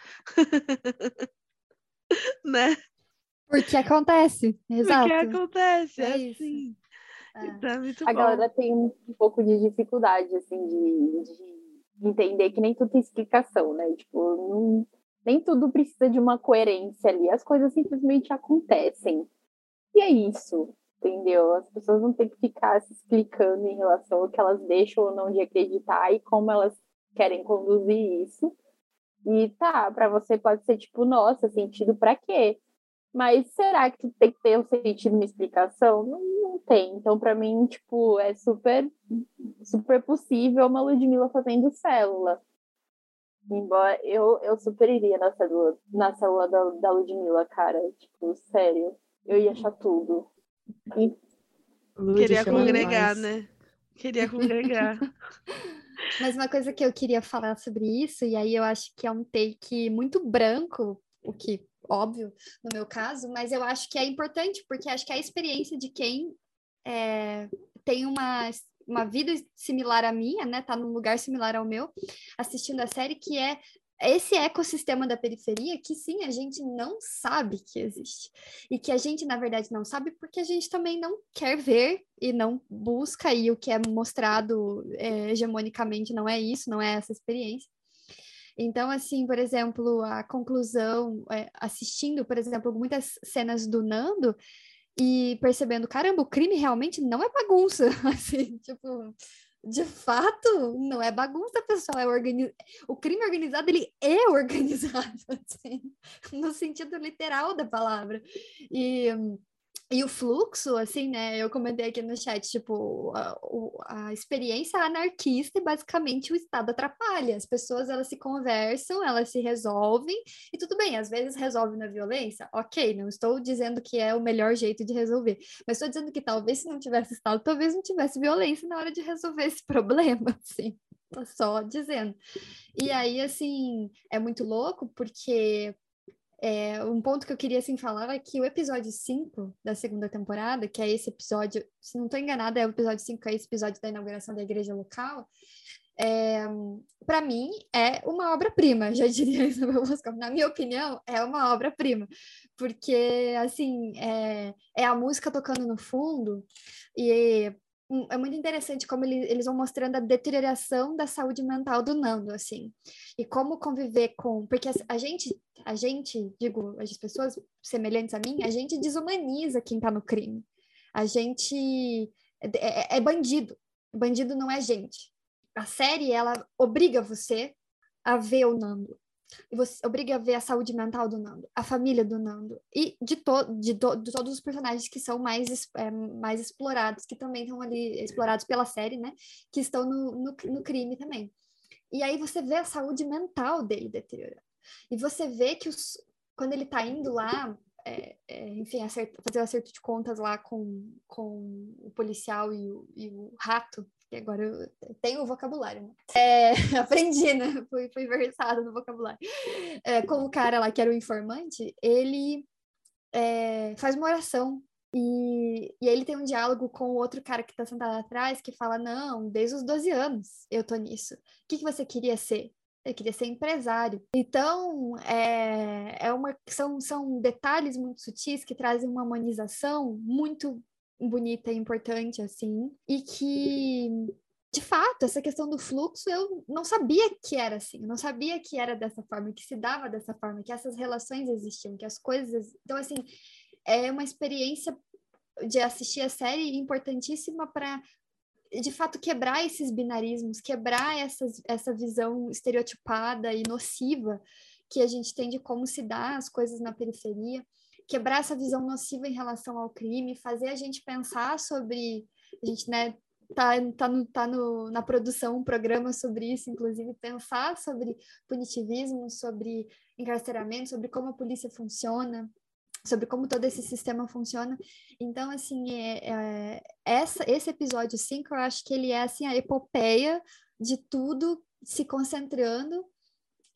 Né? Porque acontece, Porque exato. acontece, é, É isso. assim. É. Então é muito A bom. galera tem um pouco de dificuldade, assim, de, de entender que nem tudo tem explicação, né? Tipo, não, nem tudo precisa de uma coerência ali. As coisas simplesmente acontecem. E é isso, entendeu? As pessoas não têm que ficar se explicando em relação ao que elas deixam ou não de acreditar e como elas querem conduzir isso. E tá, pra você pode ser tipo, nossa, sentido pra quê? Mas será que tem que ter um sentido, uma explicação? Não, não tem. Então, pra mim, tipo, é super, super possível uma Ludmilla fazendo célula. Embora eu, eu super iria na célula, na célula da, da Ludmilla, cara. Tipo, sério. Eu ia achar tudo. E Lud, Queria chama congregar, nós. né? Queria congregar. Mas uma coisa que eu queria falar sobre isso, e aí eu acho que é um take muito branco, o que, óbvio, no meu caso, mas eu acho que é importante, porque acho que é a experiência de quem é, tem uma, uma vida similar à minha, né? Tá num lugar similar ao meu, assistindo a série, que é esse ecossistema da periferia que sim, a gente não sabe que existe. E que a gente, na verdade, não sabe porque a gente também não quer ver e não busca, e o que é mostrado é, hegemonicamente não é isso, não é essa experiência. Então, assim, por exemplo, a conclusão, é, assistindo, por exemplo, muitas cenas do Nando e percebendo, caramba, o crime realmente não é bagunça, assim, tipo, de fato, não é bagunça, pessoal, é organi... o crime organizado, ele é organizado, assim, no sentido literal da palavra. E... E o fluxo, assim, né? Eu comentei aqui no chat, tipo, a, o- a experiência anarquista e basicamente o Estado atrapalha. As pessoas, elas se conversam, elas se resolvem, e tudo bem, às vezes resolve na violência, ok, não estou dizendo que é o melhor jeito de resolver, mas estou dizendo que talvez se não tivesse Estado, talvez não tivesse violência na hora de resolver esse problema, assim. Tô só dizendo. E aí, assim, é muito louco, porque é, um ponto que eu queria assim falar é que o episódio cinco da segunda temporada, que é esse episódio, se não estou enganada, é o episódio cinco, é esse episódio da inauguração da igreja local, é, para mim é uma obra-prima, já diria Isabel Boscov. Na minha opinião, é uma obra-prima, porque assim é, é a música tocando no fundo e hum, é muito interessante como ele, eles vão mostrando a deterioração da saúde mental do Nando, assim, e como conviver com, porque a gente, a gente, digo, as pessoas semelhantes a mim, a gente desumaniza quem tá no crime, a gente é, é, é bandido, bandido não é gente. A série, ela obriga você a ver o Nando. E você obriga a ver a saúde mental do Nando, a família do Nando. E de, to de, to de todos os personagens que são mais, é, mais explorados, que também estão ali explorados pela série, né? Que estão no, no, no crime também. E aí você vê a saúde mental dele deteriorando. E você vê que os, quando ele tá indo lá, é, é, enfim, acerto, fazer o acerto de contas lá com, com o policial e o, e o rato, que agora eu tenho o vocabulário, né? É, aprendi, né? Fui, fui versada no vocabulário. É, com o cara lá que era o informante, ele é, faz uma oração. E, e aí ele tem um diálogo com o outro cara que tá sentado atrás, que fala, não, desde os doze anos eu tô nisso. O que, que você queria ser? Eu queria ser empresário. Então, é, é uma, são, são detalhes muito sutis que trazem uma humanização muito bonita e importante, assim, e que, de fato, essa questão do fluxo eu não sabia que era assim, eu não sabia que era dessa forma, que se dava dessa forma, que essas relações existiam, que as coisas. Então, assim, é uma experiência de assistir a série importantíssima para, de fato, quebrar esses binarismos, quebrar essas, essa visão estereotipada e nociva que a gente tem de como se dá as coisas na periferia, quebrar essa visão nociva em relação ao crime, fazer a gente pensar sobre, a gente, né, tá, tá, no, tá no, na produção um programa sobre isso, inclusive, pensar sobre punitivismo, sobre encarceramento, sobre como a polícia funciona, sobre como todo esse sistema funciona. Então, assim, é, é, essa, esse episódio cinco, eu acho que ele é, assim, a epopeia de tudo se concentrando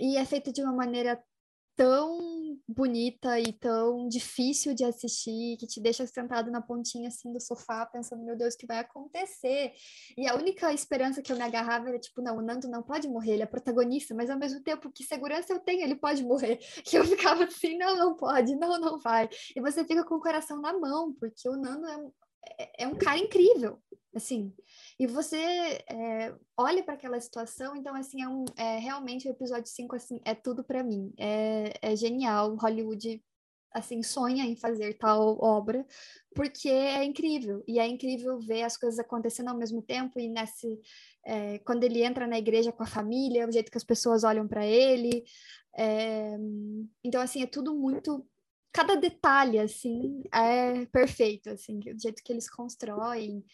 e é feita de uma maneira tão bonita e tão difícil de assistir, que te deixa sentado na pontinha assim do sofá, pensando, meu Deus, o que vai acontecer? E a única esperança que eu me agarrava era tipo, não, o Nando não pode morrer, ele é protagonista, mas ao mesmo tempo, que segurança eu tenho, ele pode morrer. Que eu ficava assim, não, não pode, não, não vai. E você fica com o coração na mão, porque o Nando é um, é, é um cara incrível, assim. E você é, olha para aquela situação, então, assim, é, um, é realmente o episódio cinco, assim, é tudo para mim. É, é genial, Hollywood, assim, sonha em fazer tal obra, porque é incrível. E é incrível ver as coisas acontecendo ao mesmo tempo, e nesse, é, quando ele entra na igreja com a família, o jeito que as pessoas olham para ele. É, então, assim, é tudo muito... Cada detalhe, assim, é perfeito, assim, o jeito que eles constroem.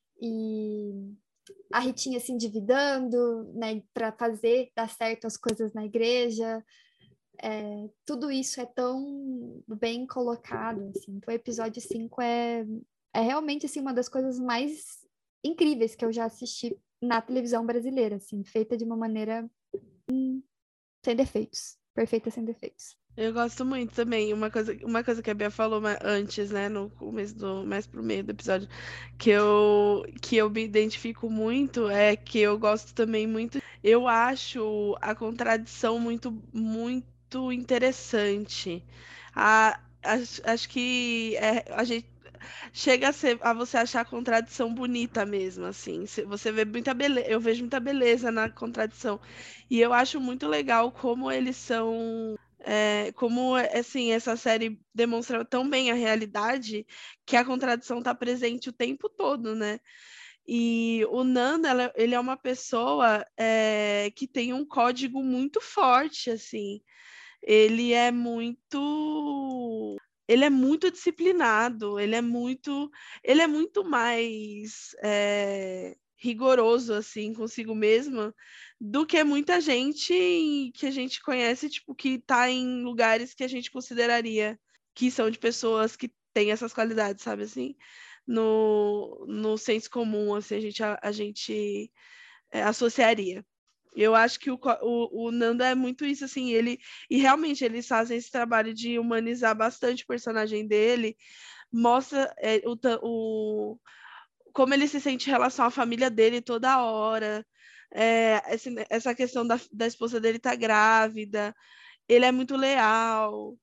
E a Ritinha se endividando, né, para fazer dar certo as coisas na igreja. É, tudo isso é tão bem colocado, assim. O episódio cinco é, é realmente, assim, uma das coisas mais incríveis que eu já assisti na televisão brasileira, assim, feita de uma maneira hum, sem defeitos, perfeita sem defeitos. Eu gosto muito também. Uma coisa, uma coisa que a Bia falou ma- antes, né, no começo do, mais pro meio do episódio, que eu, que eu me identifico muito, é que eu gosto também muito. Eu acho a contradição muito, muito interessante. A, acho, acho que é, a gente chega a ser, a você achar a contradição bonita mesmo, assim. Se- Você vê muita beleza, eu vejo muita beleza na contradição. E eu acho muito legal como eles são. É, como assim, essa série demonstra tão bem a realidade que a contradição está presente o tempo todo, né? E o Nando, ela- ele é uma pessoa é, que tem um código muito forte, assim. Ele é muito ele é muito disciplinado, ele é muito, ele é muito mais é, rigoroso assim consigo mesmo do que muita gente que a gente conhece, tipo, que tá em lugares que a gente consideraria que são de pessoas que têm essas qualidades, sabe assim? No, no senso comum, assim, a gente, a, a gente é, associaria. Eu acho que o, o, o Nando é muito isso, assim, ele e realmente eles fazem esse trabalho de humanizar bastante o personagem dele, mostra é, o, o, como ele se sente em relação à família dele toda hora, é, esse, essa questão da, da esposa dele tá grávida, ele é muito leal.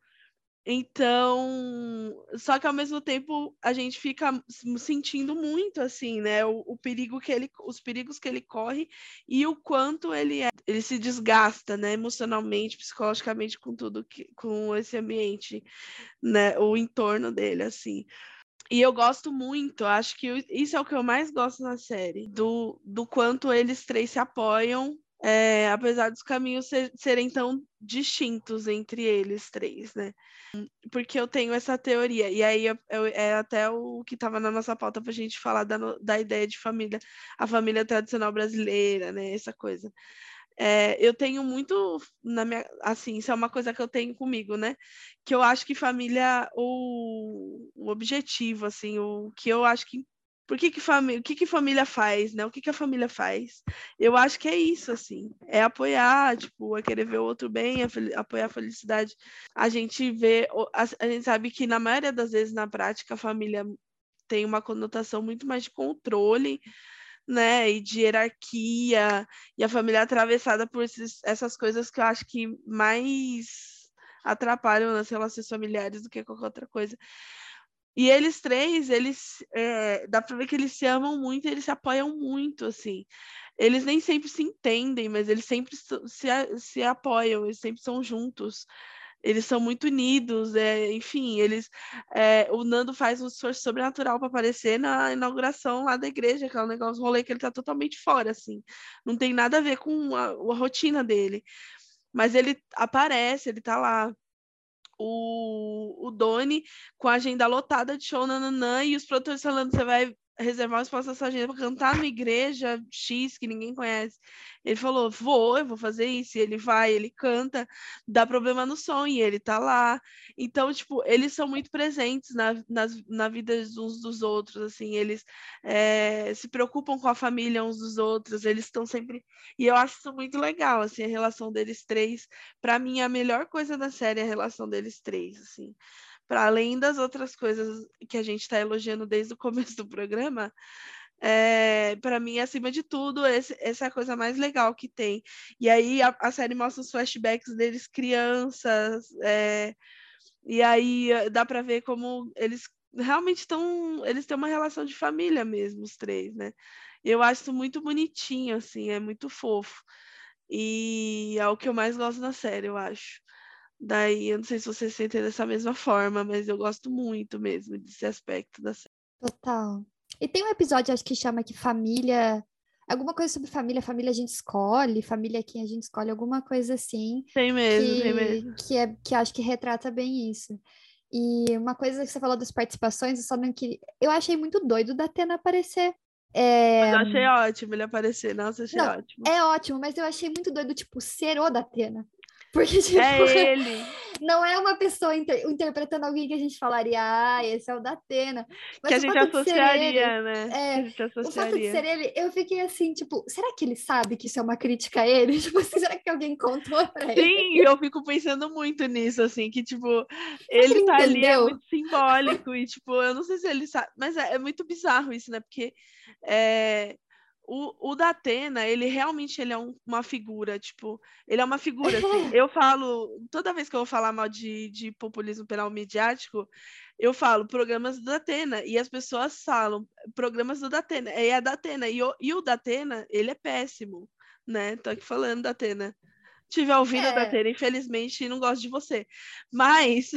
Então, só que ao mesmo tempo a gente fica sentindo muito assim, né, o, o perigo que ele, os perigos que ele corre e o quanto ele é, ele se desgasta, né, emocionalmente, psicologicamente com tudo que, com esse ambiente, né, o entorno dele assim. E eu gosto muito, acho que isso é o que eu mais gosto na série, do, do quanto eles três se apoiam, é, apesar dos caminhos ser, serem tão distintos entre eles três, né? Porque eu tenho essa teoria, e aí eu, eu, é até o que estava na nossa pauta para a gente falar da, da ideia de família, a família tradicional brasileira, né? Essa coisa. É, eu tenho muito na minha, assim, isso é uma coisa que eu tenho comigo, né? Que eu acho que família, o, o objetivo, assim, o que eu acho que por que que família, o que que família faz, né? O que que a família faz? Eu acho que é isso, assim, é apoiar, tipo, é querer ver o outro bem, é apoiar a felicidade. A gente vê, a, a gente sabe que na maioria das vezes na prática a família tem uma conotação muito mais de controle, né, e de hierarquia, e a família é atravessada por esses, essas coisas que eu acho que mais atrapalham nas relações familiares do que qualquer outra coisa. E eles três, eles é, dá pra ver que eles se amam muito, eles se apoiam muito, assim. Eles nem sempre se entendem, mas eles sempre se, se apoiam, eles sempre são juntos. Eles são muito unidos, é, enfim, eles. É, o Nando faz um esforço sobrenatural para aparecer na inauguração lá da igreja, que é um negócio, um rolê que ele tá totalmente fora, assim. Não tem nada a ver com a, a rotina dele. Mas ele aparece, ele tá lá. O, o Doni com a agenda lotada de show, nananã, e os produtores falando, você vai reservar um espaço na sua agenda pra cantar numa igreja X que ninguém conhece. Ele falou, vou, eu vou fazer isso. E ele vai, ele canta, dá problema no som e ele tá lá. Então, tipo, eles são muito presentes na, nas, na vida uns dos outros, assim, eles é, se preocupam com a família uns dos outros, eles estão sempre... E eu acho isso muito legal, assim, a relação deles três. Pra mim, a melhor coisa da série é a relação deles três, assim. Para além das outras coisas que a gente está elogiando desde o começo do programa, é, para mim, acima de tudo, esse, essa é a coisa mais legal que tem. E aí a, a série mostra os flashbacks deles crianças, é, e aí dá para ver como eles realmente estão, eles têm uma relação de família mesmo, os três, né? Eu acho isso muito bonitinho, assim, é muito fofo. E é o que eu mais gosto na série, eu acho. Daí, eu não sei se você sente dessa mesma forma, mas eu gosto muito mesmo desse aspecto da série. Total. E tem um episódio, acho que chama que família... Alguma coisa sobre família, família a gente escolhe, família é quem a gente escolhe, alguma coisa assim. Tem mesmo, que, tem mesmo. Que, é, que acho que retrata bem isso. E uma coisa que você falou das participações, eu só não que eu achei muito doido da Atena aparecer. É... Mas eu achei ótimo ele aparecer, nossa, achei Não, ótimo. é ótimo, mas eu achei muito doido, tipo, ser o da Atena. Porque, tipo, é ele. Não é uma pessoa inter interpretando alguém que a gente falaria, ah, esse é o da Atena. Mas que a o gente fato associaria, de ser ele, né? é, que a gente associaria. O fato de ser ele, eu fiquei assim, tipo, será que ele sabe que isso é uma crítica a ele? Tipo, será que alguém contou pra ele? Sim, eu fico pensando muito nisso, assim, que, tipo, ele, ele tá entendeu? ali, é muito simbólico, e, tipo, eu não sei se ele sabe, mas é, é muito bizarro isso, né? Porque é, o, o da Atena, ele realmente ele é um, uma figura, tipo, ele é uma figura, assim. Eu falo, toda vez que eu vou falar mal de, de populismo penal midiático, eu falo programas do Datena, e as pessoas falam programas do Datena, e é da Atena, e o, e o Datena, ele é péssimo, né? Tô aqui falando da Atena. Tive ouvido É. a Datena, infelizmente, não gosto de você. Mas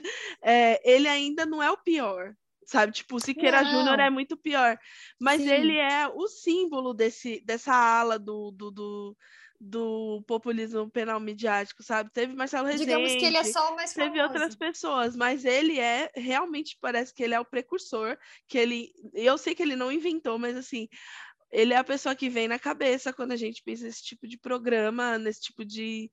é, ele ainda não é o pior, sabe? Tipo, o Siqueira Júnior é muito pior. Mas Sim. ele é o símbolo desse, dessa ala do, do, do, do populismo penal midiático, sabe? Teve Marcelo Rezende, Digamos que ele é só o mais teve famoso. outras pessoas, mas ele é, realmente parece que ele é o precursor, que ele, eu sei que ele não inventou, mas assim, ele é a pessoa que vem na cabeça quando a gente pensa nesse tipo de programa, nesse tipo de,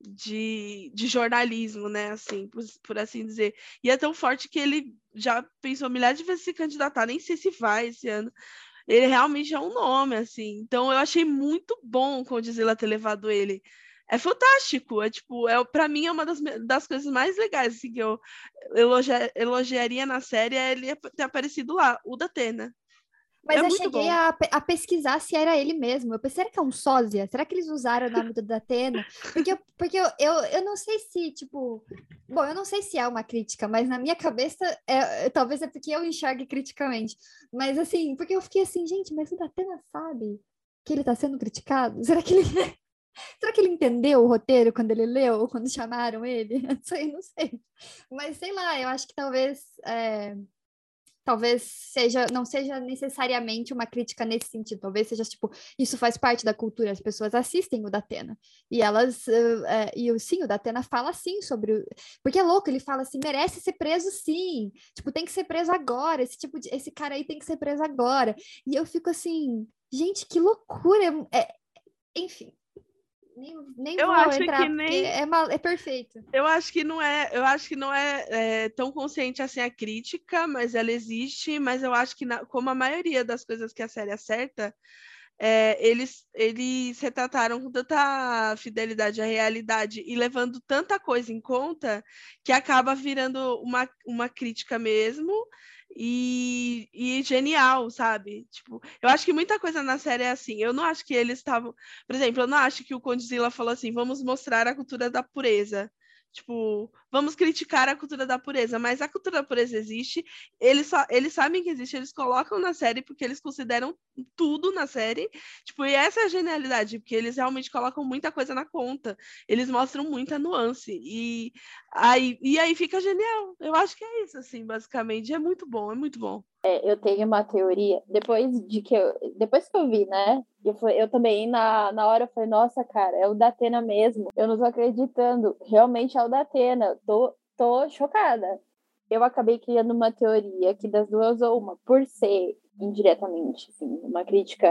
de, de jornalismo, né? Assim, por, por assim dizer. E é tão forte que ele já pensou milhares de vezes se candidatar, nem sei se vai esse ano. Ele realmente é um nome, assim. Então eu achei muito bom o Condzilla ter levado ele. É fantástico, é tipo, é, para mim é uma das, das coisas mais legais assim, que eu elogia, elogiaria na série, é ele ter aparecido lá, o da Atena. Mas é eu muito cheguei bom. a, a pesquisar se era ele mesmo. Eu pensei, será que é um sósia? Será que eles usaram o nome do Datena? Porque, eu, porque eu, eu, eu não sei se, tipo... Bom, eu não sei se é uma crítica, mas na minha cabeça, é, talvez é porque eu enxergue criticamente. Mas assim, porque eu fiquei assim, gente, mas o Datena sabe que ele tá sendo criticado? Será que ele... Será que ele entendeu o roteiro quando ele leu ou quando chamaram ele? Eu não sei, não sei. Mas sei lá, eu acho que talvez... É... Talvez seja, não seja necessariamente uma crítica nesse sentido, talvez seja tipo, isso faz parte da cultura, as pessoas assistem o Datena, e elas, uh, uh, e sim, o Datena fala sim sobre, o... porque é louco, ele fala assim, merece ser preso sim, tipo, tem que ser preso agora, esse tipo de, esse cara aí tem que ser preso agora, e eu fico assim, gente, que loucura, é... enfim, nem, nem eu vou acho entrar, que porque nem... é, mal, é perfeito. Eu acho que não é, eu acho que não é, é tão consciente assim a crítica, mas ela existe, mas eu acho que na, como a maioria das coisas que a série acerta, é, eles, eles retrataram com tanta fidelidade à realidade e levando tanta coisa em conta que acaba virando uma, uma crítica mesmo e, e genial, sabe? Tipo, eu acho que muita coisa na série é assim. Eu não acho que eles estavam... Por exemplo, eu não acho que o Condzilla falou assim, vamos mostrar a cultura da pureza. Tipo, vamos criticar a cultura da pureza, mas a cultura da pureza existe, eles, só, eles sabem que existe, eles colocam na série porque eles consideram tudo na série, tipo, e essa é a genialidade, porque eles realmente colocam muita coisa na conta, eles mostram muita nuance, e aí, e aí fica genial. Eu acho que é isso, assim, basicamente, é muito bom, é muito bom. É, eu tenho uma teoria, depois de que eu, depois que eu vi, né, eu, foi, eu também, na, na hora, eu falei, nossa, cara, é o Datena mesmo, eu não tô acreditando, realmente é o Datena, tô, tô chocada. eu acabei criando uma teoria que das duas ou uma, por ser indiretamente, assim, uma crítica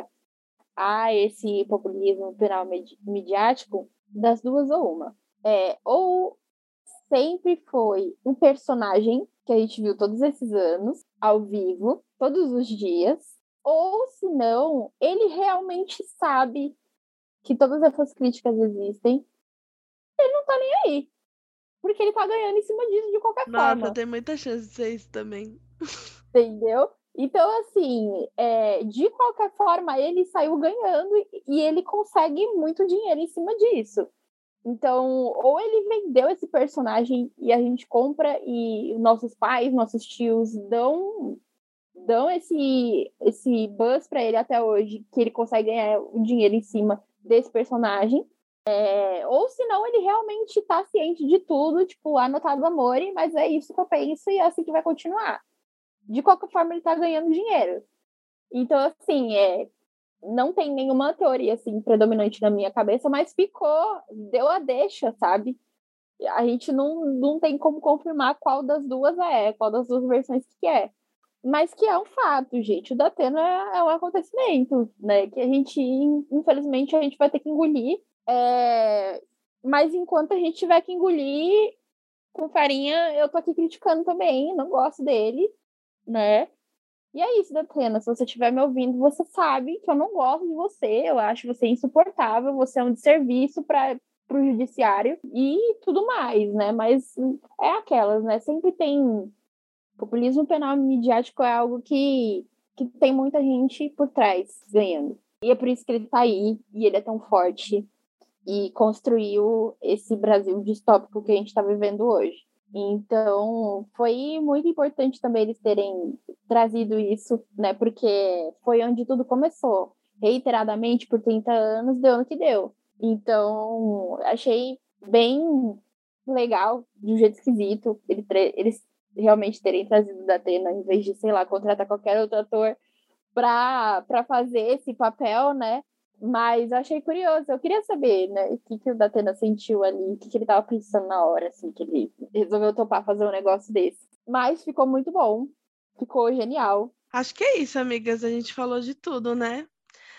a esse populismo penal medi- midiático, das duas ou uma. É, ou sempre foi um personagem que a gente viu todos esses anos, ao vivo, todos os dias, ou se não, ele realmente sabe que todas essas críticas existem, ele não tá nem aí. Porque ele tá ganhando em cima disso de qualquer Nossa, forma. tem muita chance de ser isso também. Entendeu? Então, assim, é, de qualquer forma, ele saiu ganhando e, e ele consegue muito dinheiro em cima disso. Então, ou ele vendeu esse personagem e a gente compra e nossos pais, nossos tios dão, dão esse, esse buzz pra ele até hoje, que ele consegue ganhar o dinheiro em cima desse personagem. É, ou senão ele realmente tá ciente de tudo, tipo, anotado amor, mas é isso que eu penso e é assim que vai continuar. De qualquer forma, ele tá ganhando dinheiro. Então, assim, é, não tem nenhuma teoria, assim, predominante na minha cabeça, mas ficou, deu a deixa, sabe? A gente não, não tem como confirmar qual das duas é, qual das duas versões que é. Mas que é um fato, gente. O Datena é, é um acontecimento, né? Que a gente, infelizmente, a gente vai ter que engolir. É... Mas enquanto a gente tiver que engolir com farinha, eu tô aqui criticando também, não gosto dele, né? E é isso, Datena. Se você estiver me ouvindo, você sabe que eu não gosto de você, eu acho você insuportável, você é um desserviço para o judiciário e tudo mais, né? Mas é aquelas, né? Sempre tem. Populismo penal midiático é algo que, que tem muita gente por trás ganhando. E é por isso que ele tá aí e ele é tão forte e construiu esse Brasil distópico que a gente está vivendo hoje. Então, foi muito importante também eles terem trazido isso, né? Porque foi onde tudo começou. Reiteradamente, por trinta anos, deu no que deu. Então, achei bem legal, de um jeito esquisito, ele eles realmente terem trazido o Datena, em vez de, sei lá, contratar qualquer outro ator para fazer esse papel, né? Mas eu achei curioso, eu queria saber, né, o que, que o Datena sentiu ali, o que, que ele estava pensando na hora, assim, que ele resolveu topar fazer um negócio desse. Mas ficou muito bom, ficou genial. Acho que é isso, amigas. A gente falou de tudo, né?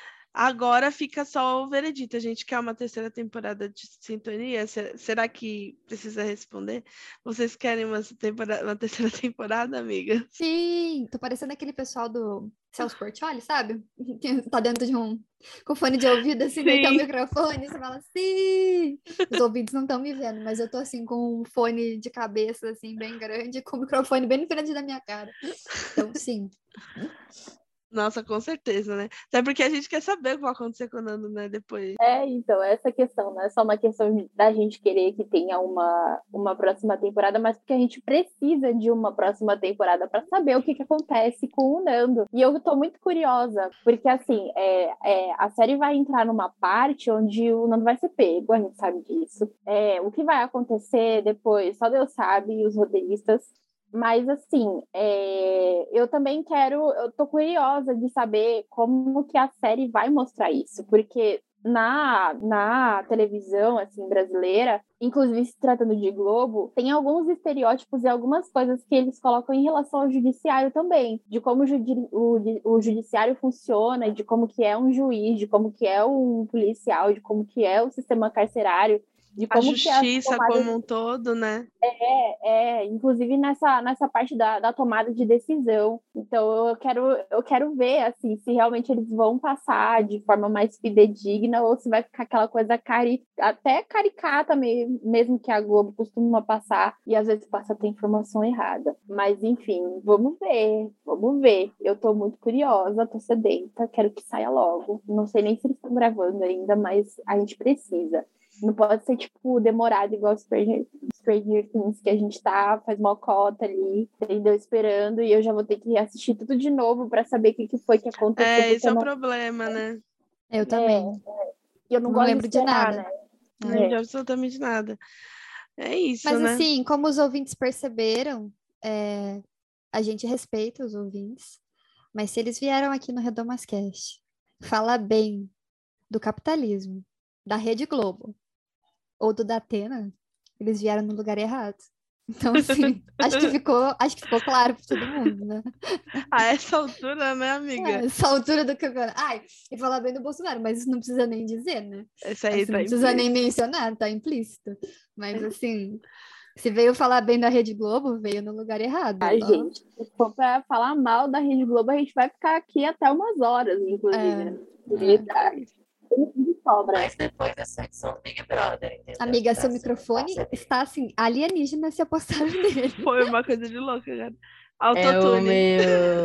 Agora fica só o veredito. A gente quer uma terceira temporada de Sintonia? Será que precisa responder? Vocês querem uma, temporada, uma terceira temporada, amigas? Sim, tô parecendo aquele pessoal do Celso Portiolli, sabe? Que tá dentro de um com fone de ouvido, assim, daí tem o Sim. microfone, você fala sim. Os ouvintes não estão me vendo, mas eu tô assim com um fone de cabeça, assim, bem grande, com o microfone bem na frente da minha cara. Então, sim. Nossa, com certeza, né? Até porque a gente quer saber o que vai acontecer com o Nando, né, depois. É, então, essa questão não é só uma questão da gente querer que tenha uma, uma próxima temporada, mas porque a gente precisa de uma próxima temporada para saber o que, que acontece com o Nando. E eu tô muito curiosa, porque assim, é, é, a série vai entrar numa parte onde o Nando vai ser pego, a gente sabe disso. É, o que vai acontecer depois, só Deus sabe, os roteiristas. Mas, assim, é, eu também quero... Eu tô curiosa de saber como que a série vai mostrar isso. Porque na, na televisão, assim, brasileira, inclusive se tratando de Globo, tem alguns estereótipos e algumas coisas que eles colocam em relação ao judiciário também. De como o, judi o, o judiciário funciona, de como que é um juiz, de como que é um policial, de como que é o sistema carcerário, de A como que é justiça a como um todo, né? É, é, inclusive nessa, nessa parte da, da tomada de decisão. Então eu quero, eu quero ver assim, se realmente eles vão passar de forma mais fidedigna ou se vai ficar aquela coisa cari até caricata mesmo, mesmo que a Globo costuma passar e às vezes passa até informação errada. Mas enfim, vamos ver, vamos ver. Eu tô muito curiosa, tô sedenta, quero que saia logo. Não sei nem se eles estão gravando ainda, mas a gente precisa. Não pode ser, tipo, demorado igual Stranger, Stranger Things, que a gente tá, faz uma cota ali, entendeu? Esperando, e eu já vou ter que assistir tudo de novo pra saber o que, que foi que aconteceu. É, esse é o não... problema, né? Eu também. É, e eu não, Não gosto lembro de esperar, de nada. né? Não É. de absolutamente nada. É isso, Mas né? assim, como os ouvintes perceberam, é, a gente respeita os ouvintes, mas se eles vieram aqui no Redomascast falar bem do capitalismo, da Rede Globo ou do Datena, eles vieram no lugar errado. Então, assim, acho que ficou, acho que ficou claro para todo mundo, né? A essa altura, né, amiga? É, essa altura do campeonato. Ai, e falar bem do Bolsonaro, mas isso não precisa nem dizer, né? Esse aí Assim, tá não precisa nem implícito. mencionar, tá implícito. Mas, assim, se veio falar bem da Rede Globo, veio no lugar errado. Ai, Ó. gente, se for pra falar mal da Rede Globo, a gente vai ficar aqui até umas horas, inclusive. É, né? Porque tá- de sobra. Mas depois dessa edição do Big Brother, entendeu? Amiga, Tá seu sendo microfone fácil. está, assim, alienígena se apostaram nele. Foi uma coisa de louca, cara. É o Autotune. meu.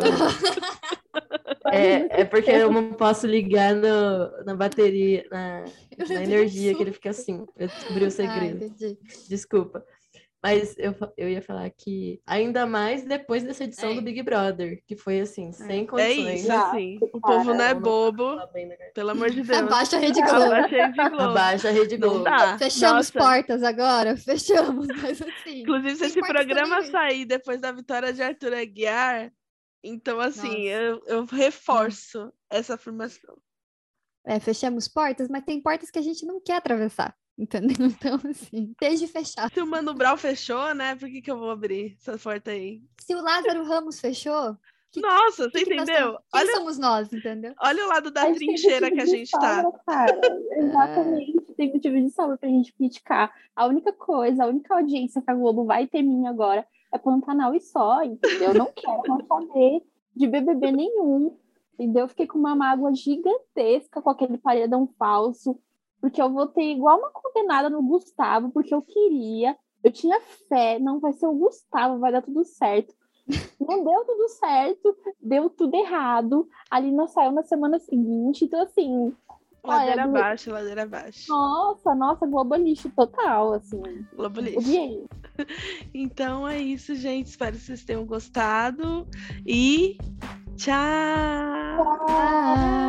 É, é porque eu não posso ligar no, na bateria, na, na energia, que ele fica assim. Eu descobri o Ah, segredo. entendi. Desculpa. Mas eu, fa- eu ia falar que ainda mais depois dessa edição É. do Big Brother, que foi assim, sem É condições. isso, Ah, assim. O cara, povo não é Então, bobo. fala bem da- Pelo amor de Deus. Abaixa a Rede Globo. Abaixa a Rede Globo. Abaixa a Rede Não Globo. dá. Fechamos Nossa. portas agora, fechamos, mas assim. Inclusive, se tem esse portas programa também. sair depois da vitória de Arthur Aguiar, então, assim, Nossa. eu, eu reforço essa afirmação. É, fechamos portas, mas tem portas que a gente não quer atravessar, entendeu? Então, assim, desde fechar. Se o Mano Brown fechou, né? Por que, que eu vou abrir essa porta aí? Se o Lázaro Ramos fechou, que, Nossa, que você que nós entendeu? estamos- quem Olha, somos nós, entendeu? olha o lado da A gente tem trincheira que motivo a de gente tá. sobra, cara. Exatamente. Tem motivo de sobra pra gente criticar. A única coisa, a única audiência que a Globo vai ter minha agora é Pantanal e só, entendeu? Eu não quero mais saber de B B B nenhum, entendeu? Eu fiquei com uma mágoa gigantesca com aquele paredão falso, porque eu votei igual uma condenada no Gustavo, porque eu queria, eu tinha fé, não vai ser o Gustavo, vai dar tudo certo. Não deu tudo certo, deu tudo errado. A Lina saiu na semana seguinte, então assim, Ladeira olha, abaixo, ladeira abaixo. nossa, nossa, Globo lixo total, assim. Globo lixo. Odiei. Então é isso, gente. Espero que vocês tenham gostado. E tchau! Ah.